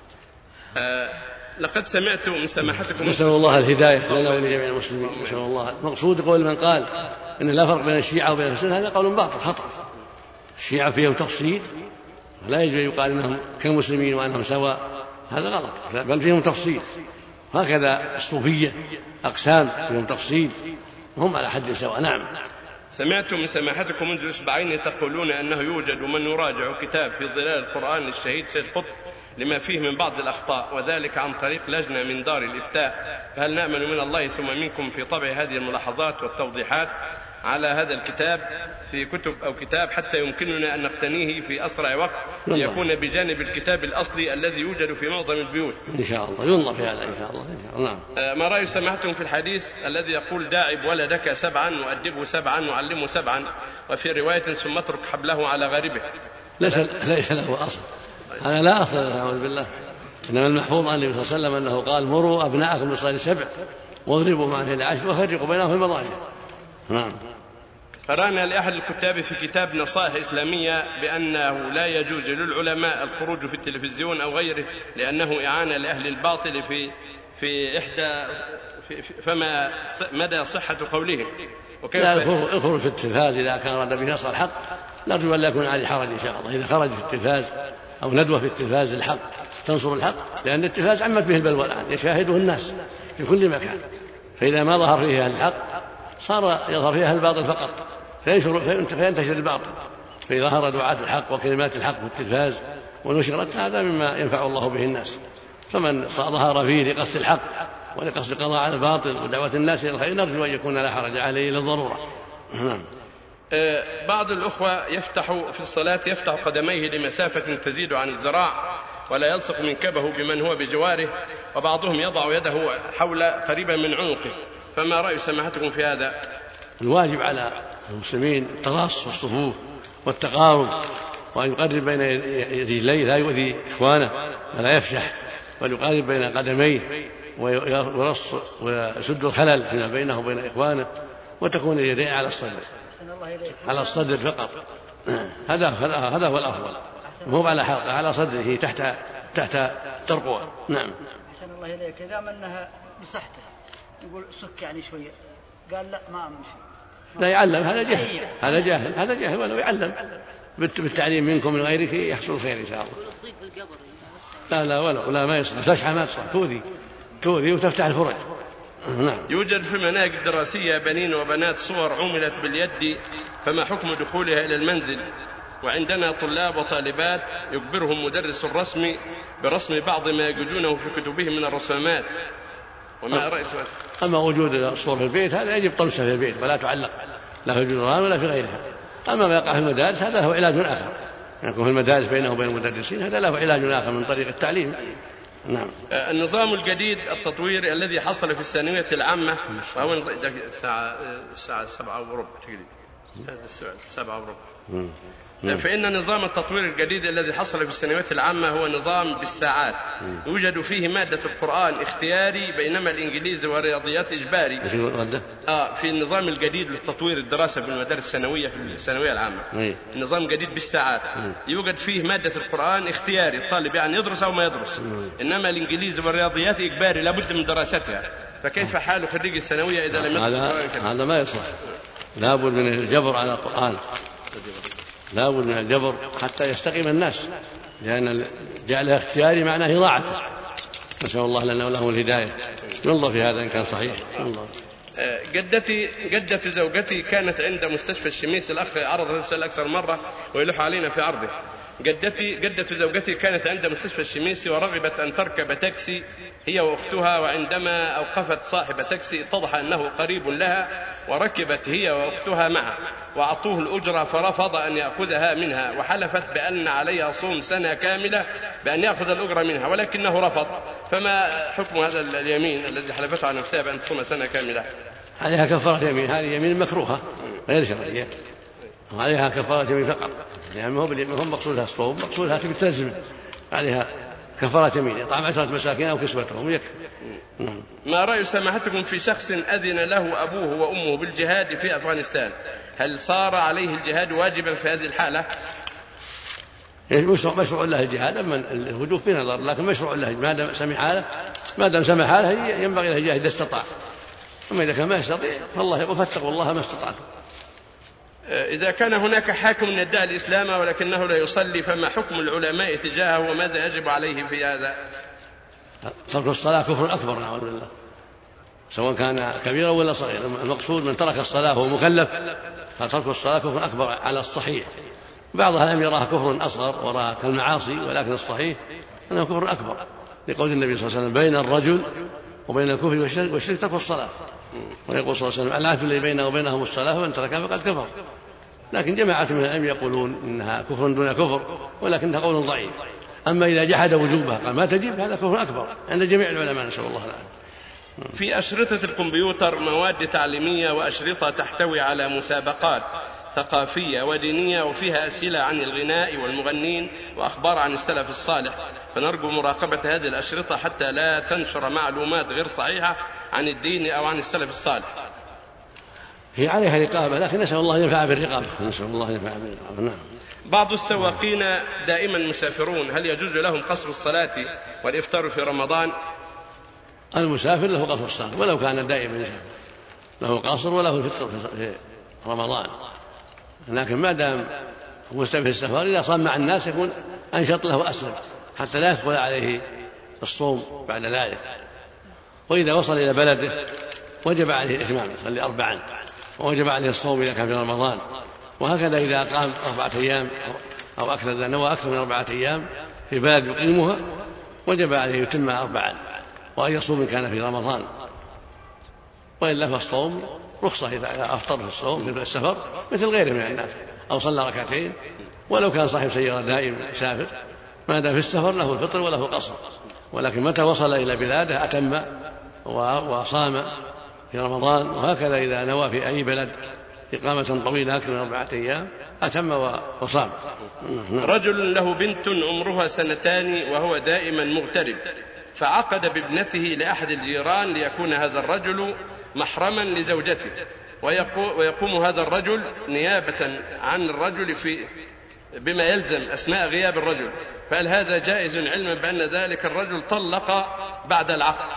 لقد سمعت من سماحتكم، نسأل الله الهداية لنا ولجميع المسلمين، نسأل الله. مقصود قول من قال إن لا فرق بين الشيعة وبين السنة، هذا قول باطل خطأ. الشيعة فيهم تفصيل، لا يجوز يقال إنهم كمسلمين وأنهم سواء، هذا غلط، بل فيهم تفصيل. هكذا الصوفية أقسام فيهم تفصيل وهم على حد سواء. نعم. سمعت من سماحتكم منذ أسبوعين تقولون أنه يوجد من يراجع كتاب في ظلال القرآن للشهيد سيد قطب لما فيه من بعض الأخطاء، وذلك عن طريق لجنة من دار الإفتاء، فهل نأمل من الله ثم منكم في طبع هذه الملاحظات والتوضيحات على هذا الكتاب في كتب أو كتاب حتى يمكننا أن نقتنيه في أسرع وقت ليكون بجانب الكتاب الأصلي الذي يوجد في معظم البيوت؟ إن شاء الله ينظر في هذا إن شاء الله. نعم. ما رأي سماحتكم في الحديث الذي يقول داعب ولدك 7 وأدبه 7 وعلمه 7، وفي رواية ثم اترك حبله على غاربه؟ ليس له أصل، هذا لا أصل له، أعوذ بالله. إنما المحفوظ عن النبي صلى الله عليه وسلم أنه قال مروا أبناءكم بالصلاة 7 واضربوا معه 10 وفرقوا بينهم في المضاجع. نعم. قرأنا لأحد الكتاب في كتاب نصائح إسلامية بأنه لا يجوز للعلماء الخروج في التلفزيون أو غيره لأنه إعانة لأهل الباطل في إحدى فما مدى صحة قولهم؟ لا الخروج في التلفاز إذا كان أراد به نصر الحق نرجو أن لا يكون عليه حرج إن شاء الله إذا خرج في التلفاز أو ندوة في التلفاز الحق تنصر الحق، لأن التلفاز عمت به البلوى الآن يشاهده الناس في كل مكان، فإذا ما ظهر فيه أهل الحق صار يظهر فيه أهل الباطل فقط فينتشر الباطل، فإذا ظهر دعاة الحق وكلمات الحق في التلفاز ونشرت هذا مما ينفع الله به الناس، فمن ظهر فيه لقصد الحق ولقصد القضاء على الباطل ودعوة الناس إلى الخير نرجو أن يكون لا حرج عليه للضرورة. بعض الأخوة يفتح في الصلاة يفتح قدميه لمسافة تزيد عن الذراع ولا يلصق منكبه بمن هو بجواره، وبعضهم يضع يده حول قريبا من عنقه، فما رأي سماحتكم في هذا؟ الواجب على المسلمين التراص في الصفوف والتقارب، وأن يقرب بين رجليه لا يؤذي إخوانه ولا يفشح، ويقرب بين قدميه ويرص ويسد الخلل فيما بينه وبين إخوانه، وتكون اليدين على الصدر فقط، هذا هو الأفضل، مو على حلقه على صدره تحت ترقوة. نعم. أحسن الله إليك. إذا منها بصحته يقول سك يعني شوية، قال لا ما أمشي، لا يعلم، هذا جاهل ولو يعلم بالتعليم منكم من غيرك يحصل خير إن شاء الله. لا ما يصلح، تشحى ما تصلح، تؤذي وتفتح الفرج. نعم. يوجد في المناهج الدراسية بنين وبنات صور عملت باليد، فما حكم دخولها إلى المنزل؟ وعندنا طلاب وطالبات يجبرهم مدرس الرسم برسم بعض ما يجدونه في كتبهم من الرسومات، وما رأي سؤال؟ أما وجود الصور في البيت هذا يجب طمسها في البيت ولا تعلق لا في الجدران ولا في غيرها. أما ما يقع في المدارس هذا له علاج آخر، يكون في المدارس بينه وبين المدرسين هذا له علاج آخر من طريق التعليم. نعم. النظام الجديد التطوير الذي حصل في الثانوية العامة وهو الساعة 7:15 تقريبا، هذا السؤال 7:15. فإن نظام التطوير الجديد الذي حصل في الثانوية العامة هو نظام بالساعات، يوجد فيه مادة القرآن اختياري بينما الإنجليزي والرياضيات إجباري. في النظام الجديد للتطوير الدراسة بالمدارس الثانوية في الثانوية العامة النظام الجديد بالساعات يوجد فيه مادة القرآن اختياري، الطالب يعني يدرس أو ما يدرس، إنما الإنجليزي والرياضيات إجباري لابد من دراستها. فكيف حال خريج الثانوية إذا لم يدرس القرآن؟ هذا ما يصلح، لابد من الجبر على القرآن، لابد من الجبر حتى يستقيم الناس، لأن جعلها اختياري معناه إضاعته. نسأل الله لنا وله الهداية. ينظر في هذا إن كان صحيح. جدة زوجتي كانت عند مستشفى الشميس، الأخ عرض السؤال أكثر مرة ويلح علينا في عرضه. جدة زوجتي كانت عند مستشفى الشميس ورغبت أن تركب تاكسي هي وأختها، وعندما أوقفت صاحب تاكسي اتضح أنه قريب لها وركبت هي وأختها معه وأعطوه الأجرة فرفض أن يأخذها منها، وحلفت بأن عليها صوم سنة كاملة بأن يأخذ الأجرة منها ولكنه رفض. فما حكم هذا اليمين الذي حلفته على نفسها بأن تصوم سنة كاملة؟ عليها كفارة يمين، هذه يمين مكروهة غير شرعية، وعليها كفارة يمين فقط، يعني ما هو مقصودها الصوم، مقصودها تلزم عليها كفارة يمين، إطعام 10 مساكين أو كسوتهم يكفي. ما رأي سماحتكم في شخص أذن له أبوه وأمه بالجهاد في أفغانستان، هل صار عليه الجهاد واجبا في هذه الحالة؟ مشروع له الجهاد، أما الهدوء في نظر، لكن مشروع له ما دام سمح حاله ينبغي له الجهاد إذا استطاع، أما إذا كان ما يستطيع فالله يقول فاتقوا الله ما استطعتم. إذا كان هناك حاكم يدعي الإسلام ولكنه لا يصلي فما حكم العلماء تجاهه وماذا يجب عليه في هذا؟ ترك الصلاة كفر أكبر نعوذ بالله، سواء كان كبيرا ولا صغيرا. المقصود من ترك الصلاة وهو مكلف فترك الصلاة كفر أكبر على الصحيح. بعض أهل يراها كفر أصغر وراها كالمعاصي، ولكن الصحيح أنه كفر أكبر، لقول النبي صلى الله عليه وسلم بين الرجل وبين الكفر والشرك ترك الصلاة، ويقول صلى الله عليه وسلم العهد الذي بينه وبينهم الصلاة فمن تركها فقد كفر. لكن جماعة من العلم يقولون إنها كفر دون كفر، ولكنها قول ضعيف. أما إذا جحد وجوبها قال ما تجب هذا كفر أكبر عند جميع العلماء نسأل الله العافية. في أشرطة الكمبيوتر مواد تعليمية وأشرطة تحتوي على مسابقات ثقافية ودينية وفيها أسئلة عن الغناء والمغنين وأخبار عن السلف الصالح، فنرجو مراقبة هذه الأشرطة حتى لا تنشر معلومات غير صحيحة عن الدين أو عن السلف الصالح. هي عليها رقابة، لكن نسأل الله ينفع بالرقابة، نسأل الله ينفع بالرقابة. نعم. بعض السواقين دائما مسافرون، هل يجوز لهم قصر الصلاة والإفطار في رمضان؟ المسافر له قصر الصلاة ولو كان دائما يسافر، له قصر وله الفطر في رمضان، لكن ما دام مستمر في السفر إذا صام مع الناس يكون أنشط له وأسلم حتى لا يثقل عليه الصوم بعد ذلك. وإذا وصل إلى بلده وجب عليه الإتمام، يصلي 4، ووجب عليه الصوم إذا كان في رمضان. وهكذا إذا قام 4 أيام أو أكثر، إذا نوى أكثر من 4 أيام في بلد يقيمها وجب عليه يتم 4، وأن يصوم إن كان في رمضان، وإلا فالصوم رخصة إذا أفطر في الصوم في السفر مثل غيره من الناس، أو صلى 2 ولو كان صاحب سيارة دائم يسافر، ما دام في السفر له الفطر وله قصر. ولكن متى وصل إلى بلاده أتم وصام في رمضان. وهكذا إذا نوى في أي بلد إقامة طويلة أكثر من 4 أيام أتم وصام. رجل له بنت عمرها 2 وهو دائما مغترب، فعقد بابنته لأحد الجيران ليكون هذا الرجل محرما لزوجته، ويقوم هذا الرجل نيابة عن الرجل بما يلزم أثناء غياب الرجل، فهل هذا جائز علما بأن ذلك الرجل طلق بعد العقد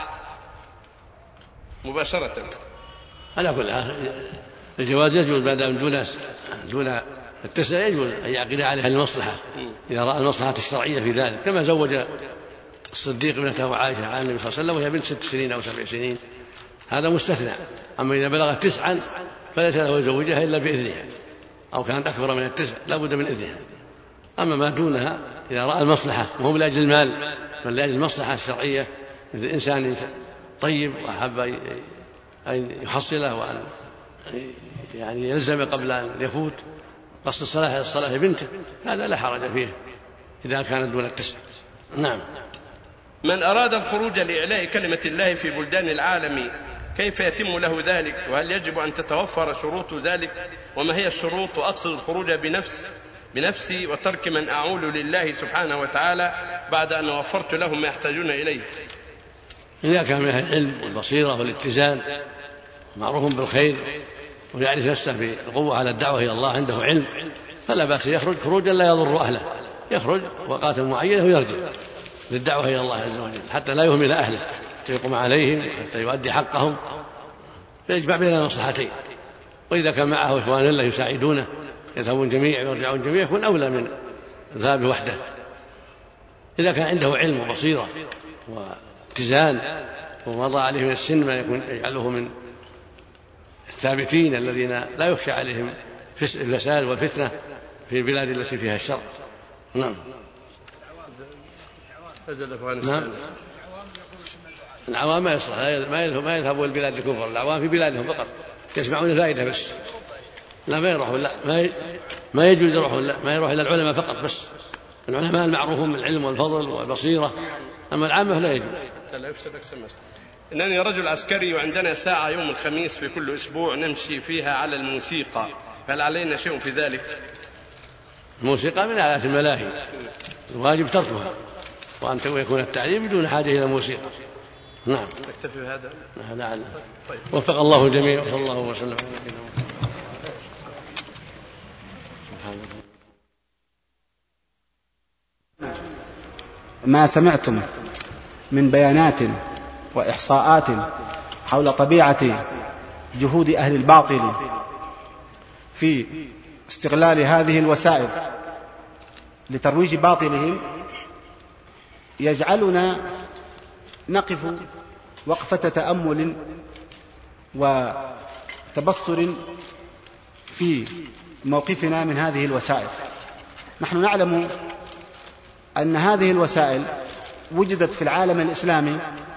مباشرة؟ على كل الجواز يجوز ما دام دون التسع، يجوز أن يعقد عليها المصلحة إذا رأى المصلحة الشرعية في ذلك، كما زوج الصديق ابنته عائشة عن النبي صلى الله عليه وسلم وهي بنت 6 سنين أو 7 سنين، هذا مستثنى. أما إذا بلغت 9 فليس له يزوجها إلا بإذنها، أو كانت أكبر من 9 لا بد من إذنها. أما ما دونها إذا رأى المصلحة وهو لأجل المال بل لأجل المصلحة الشرعية، مثل إنسان طيب وأحب أن يحصله وأن يعني يلزم قبل أن يفوت قصد الصلاة بنته، هذا لا حرج فيه إذا كانت دون التسع. نعم. من أراد الخروج لإعلاء كلمة الله في بلدان العالم كيف يتم له ذلك؟ وهل يجب أن تتوفر شروط ذلك؟ وما هي الشروط؟ وأقصد الخروج بنفسي وترك من أعول لله سبحانه وتعالى بعد أن وفرت لهم ما يحتاجون إليه. إذا كان من العلم والبصيرة والاتزان معروف بالخير ويعرف نفسه بالقوة على الدعوة إلى الله، عنده علم، فلا بأس يخرج خروجا لا يضر أهله، يخرج وقات معينة ويرجع للدعوة إلى الله عز وجل حتى لا يهمل أهله، يقوم عليهم حتى يؤدي حقهم، فيجمع بين المصلحتين. وإذا كان معه إخوان له يساعدونه يذهبون جميعا ويرجعون جميعا يكون أولى من ذهاب وحده. إذا كان عنده علم وبصيرة واتزان ومضى عليه من السن ما يجعله من الثابتين الذين لا يخشى عليهم الفساد والفتنة في البلاد التي فيها الشر. نعم. نعم. العوام ما يصلح، ما يذهبوا البلاد الكفر، العوام في بلادهم فقط يسمعون الفائدة بس، لا ما يروحوا، لا ما يجوز يروحوا، لا ما يروح إلى العلماء فقط بس، العلماء المعروفون بالعلم والفضل والبصيرة، أما العامة لا يجوز. إنني رجل عسكري وعندنا ساعة يوم الخميس في كل أسبوع نمشي فيها على الموسيقى، هل علينا شيء في ذلك؟ الموسيقى من آلات الملاهي، الواجب تركها، وأن يكون التعليم بدون حاجة إلى الموسيقى. نعم. نكتفي بهذا. نعم. وفق الله الجميع وصلى الله وسلم على نبينا محمد. ما سمعتم من بيانات وإحصاءات حول طبيعة جهود أهل الباطل في استغلال هذه الوسائل لترويج باطلهم يجعلنا نقف وقفة تأمل وتبصر في موقفنا من هذه الوسائل. نحن نعلم أن هذه الوسائل وجدت في العالم الإسلامي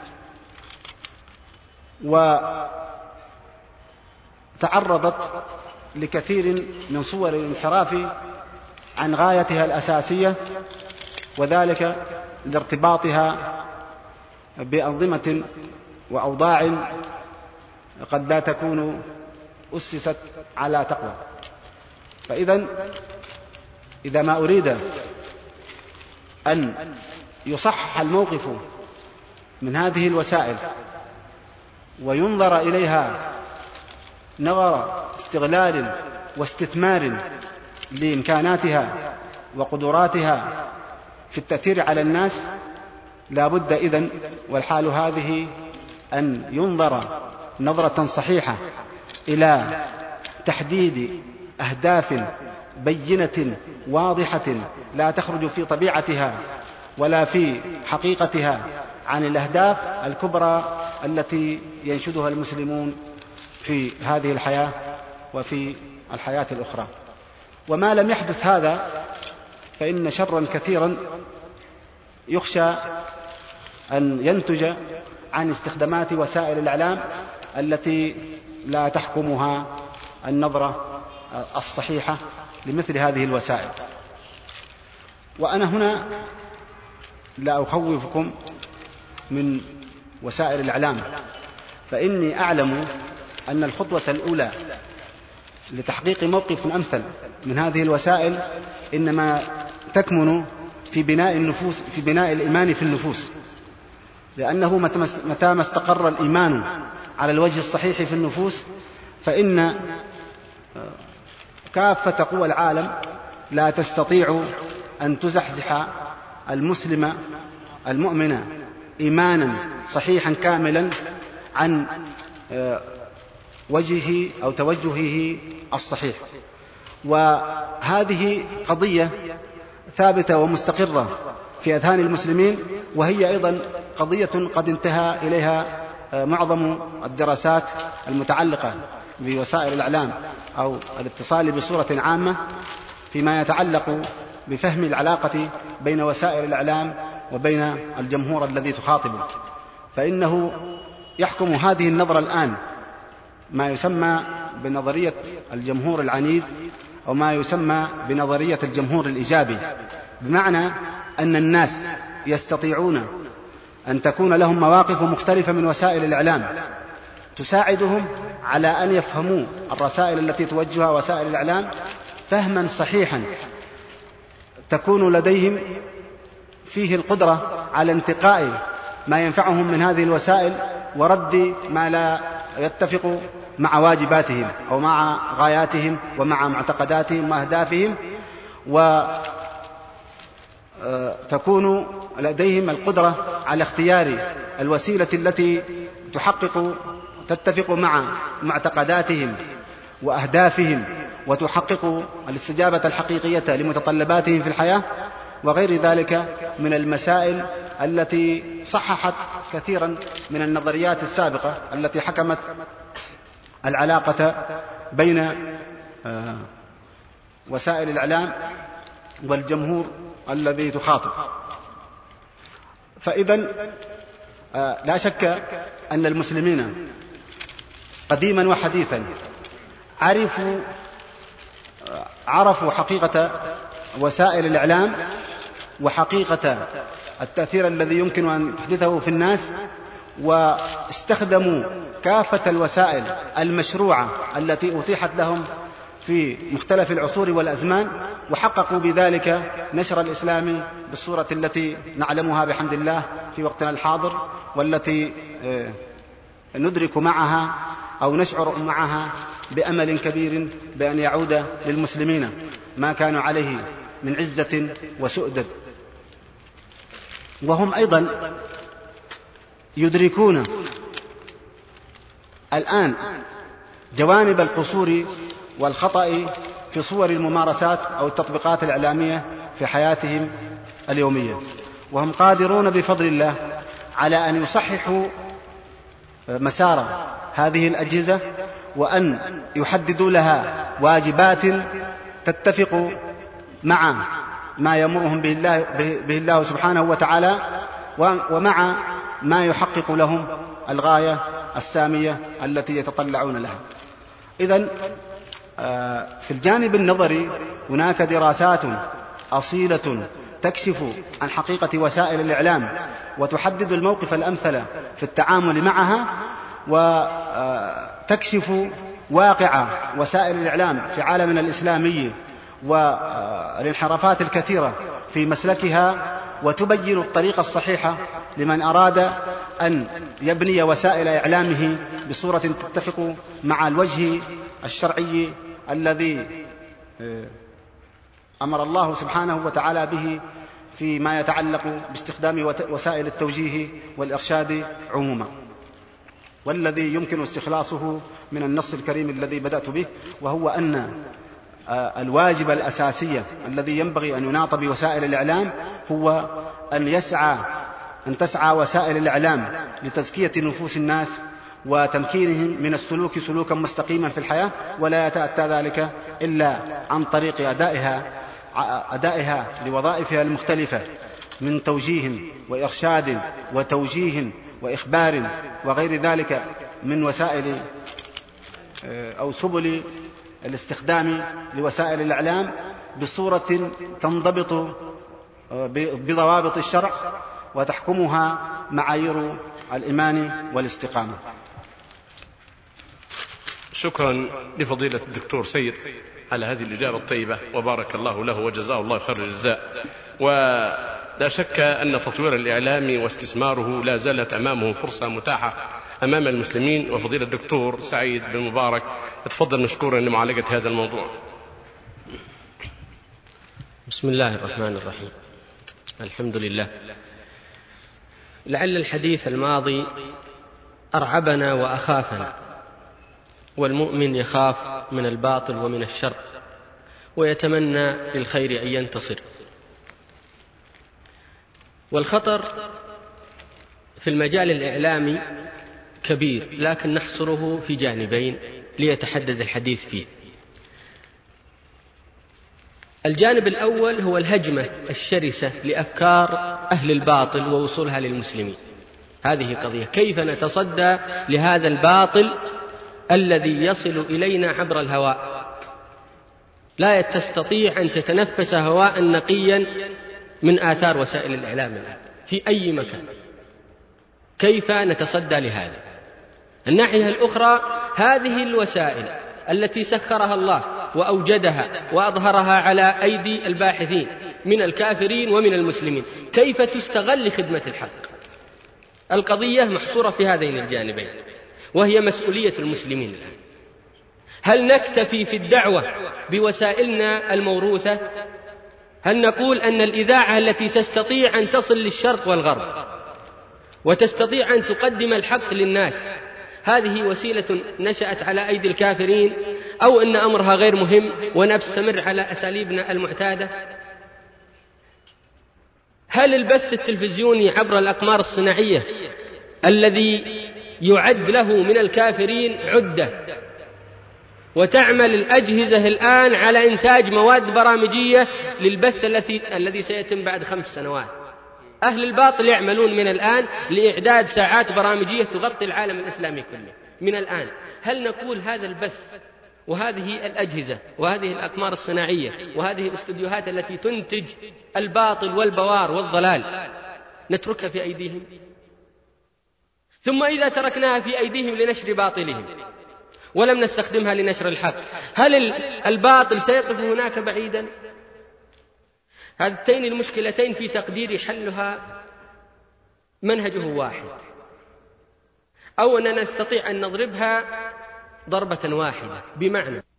وتعرضت لكثير من صور الانحراف عن غايتها الأساسية، وذلك لارتباطها بأنظمة وأوضاع قد لا تكون أسست على تقوى. إذا ما أريد أن يصحح الموقف من هذه الوسائل وينظر إليها نظر استغلال واستثمار لإمكاناتها وقدراتها في التأثير على الناس، لا بد إذن والحال هذه أن ينظر نظرة صحيحة إلى تحديد أهداف بينة واضحة لا تخرج في طبيعتها ولا في حقيقتها عن الأهداف الكبرى التي ينشدها المسلمون في هذه الحياة وفي الحياة الأخرى. وما لم يحدث هذا فإن شرا كثيرا يخشى أن ينتج عن استخدامات وسائل الإعلام التي لا تحكمها النظرة الصحيحة لمثل هذه الوسائل. وأنا هنا لا أخوفكم من وسائل الإعلام، فإني أعلم أن الخطوة الأولى لتحقيق موقف أمثل من هذه الوسائل إنما تكمن في بناء النفوس، في بناء الإيمان في النفوس، لأنه متى ما استقر الإيمان على الوجه الصحيح في النفوس فإن كافة قوى العالم لا تستطيع أن تزحزح المسلم المؤمن إيمانا صحيحا كاملا عن وجهه أو توجهه الصحيح. وهذه قضية ثابتة ومستقرة في أذهان المسلمين، وهي أيضا قضية قد انتهى إليها معظم الدراسات المتعلقة بوسائل الإعلام أو الاتصال بصورة عامة فيما يتعلق بفهم العلاقة بين وسائل الإعلام وبين الجمهور الذي تخاطبه. فإنه يحكم هذه النظرة الآن ما يسمى بنظرية الجمهور العنيد أو ما يسمى بنظرية الجمهور الإيجابي، بمعنى أن الناس يستطيعون أن تكون لهم مواقف مختلفة من وسائل الإعلام تساعدهم على أن يفهموا الرسائل التي توجهها وسائل الإعلام فهما صحيحا تكون لديهم فيه القدرة على انتقاء ما ينفعهم من هذه الوسائل ورد ما لا يتفق مع واجباتهم أو مع غاياتهم ومع معتقداتهم وأهدافهم، وتكون لديهم القدرة على اختيار الوسيلة التي تتفق مع معتقداتهم وأهدافهم وتحقق الاستجابة الحقيقية لمتطلباتهم في الحياة، وغير ذلك من المسائل التي صححت كثيرا من النظريات السابقة التي حكمت العلاقة بين وسائل الإعلام والجمهور الذي تخاطب. فإذا لا شك أن المسلمين قديما وحديثا عرفوا حقيقة وسائل الإعلام وحقيقة التأثير الذي يمكن أن يحدثه في الناس، واستخدموا كافة الوسائل المشروعة التي أتيحت لهم في مختلف العصور والأزمان، وحققوا بذلك نشر الإسلام بالصورة التي نعلمها بحمد الله في وقتنا الحاضر، والتي ندرك معها أو نشعر معها بأمل كبير بأن يعود للمسلمين ما كانوا عليه من عزة وسؤدد. وهم أيضا يدركون الآن جوانب القصور والخطأ في صور الممارسات أو التطبيقات الإعلامية في حياتهم اليومية، وهم قادرون بفضل الله على أن يصححوا مسار هذه الأجهزة وأن يحددوا لها واجبات تتفق مع ما يأمرهم به الله سبحانه وتعالى ومع ما يحقق لهم الغاية السامية التي يتطلعون لها. إذن في الجانب النظري هناك دراسات أصيلة تكشف عن حقيقة وسائل الإعلام وتحدد الموقف الأمثل في التعامل معها، وتكشف واقع وسائل الإعلام في عالمنا الإسلامي والانحرافات الكثيرة في مسلكها، وتبين الطريقة الصحيحة لمن أراد أن يبني وسائل إعلامه بصورة تتفق مع الوجه الشرعي الذي أمر الله سبحانه وتعالى به فيما يتعلق باستخدام وسائل التوجيه والإرشاد عموما، والذي يمكن استخلاصه من النص الكريم الذي بدأت به، وهو أن الواجب الأساسي الذي ينبغي أن يناط بوسائل الإعلام هو أن تسعى وسائل الإعلام لتزكية نفوس الناس وتمكينهم من السلوك سلوكا مستقيما في الحياة، ولا يتأتى ذلك إلا عن طريق أدائها لوظائفها المختلفة من توجيه وإرشاد وتوجيه وإخبار وغير ذلك من وسائل أو سبل الاستخدام لوسائل الإعلام بصورة تنضبط بضوابط الشرع وتحكمها معايير الإيمان والاستقامة. شكرا لفضيلة الدكتور سيد على هذه الإجابة الطيبة، وبارك الله له وجزاه الله خير الجزاء. ولا شك أن تطوير الإعلام واستثماره لا زالت أمامه فرصة متاحة أمام المسلمين. وفضيلة الدكتور سعيد بن مبارك تفضل مشكورا لمعالجة هذا الموضوع. بسم الله الرحمن الرحيم. الحمد لله. لعل الحديث الماضي أرعبنا وأخافنا، والمؤمن يخاف من الباطل ومن الشر ويتمنى للخير أن ينتصر. والخطر في المجال الإعلامي كبير، لكن نحصره في جانبين ليتحدد الحديث فيه. الجانب الأول هو الهجمة الشرسة لأفكار أهل الباطل ووصولها للمسلمين، هذه قضية. كيف نتصدى لهذا الباطل الذي يصل إلينا عبر الهواء؟ لا تستطيع أن تتنفس هواء نقيا من آثار وسائل الإعلام الآن في أي مكان. كيف نتصدى لهذا؟ الناحية الأخرى، هذه الوسائل التي سخرها الله وأوجدها وأظهرها على أيدي الباحثين من الكافرين ومن المسلمين، كيف تستغل لخدمة الحق؟ القضية محصورة في هذين الجانبين، وهي مسؤولية المسلمين الآن. هل نكتفي في الدعوة بوسائلنا الموروثة؟ هل نقول أن الإذاعة التي تستطيع أن تصل للشرق والغرب وتستطيع أن تقدم الحق للناس هذه وسيلة نشأت على أيدي الكافرين، أو أن أمرها غير مهم ونستمر على أساليبنا المعتادة؟ هل البث التلفزيوني عبر الأقمار الصناعية الذي يعد له من الكافرين عدة وتعمل الأجهزة الآن على إنتاج مواد برامجية للبث الذي سيتم بعد 5 سنوات؟ أهل الباطل يعملون من الآن لإعداد ساعات برامجية تغطي العالم الإسلامي كله من الآن. هل نقول هذا البث وهذه الأجهزة وهذه الأقمار الصناعية وهذه الاستديوهات التي تنتج الباطل والبوار والضلال نتركها في أيديهم؟ ثم إذا تركناها في أيديهم لنشر باطلهم ولم نستخدمها لنشر الحق، هل الباطل سيقف هناك بعيدا؟ هاتين المشكلتين في تقدير حلها منهجه واحد، أو أننا نستطيع أن نضربها ضربة واحدة، بمعنى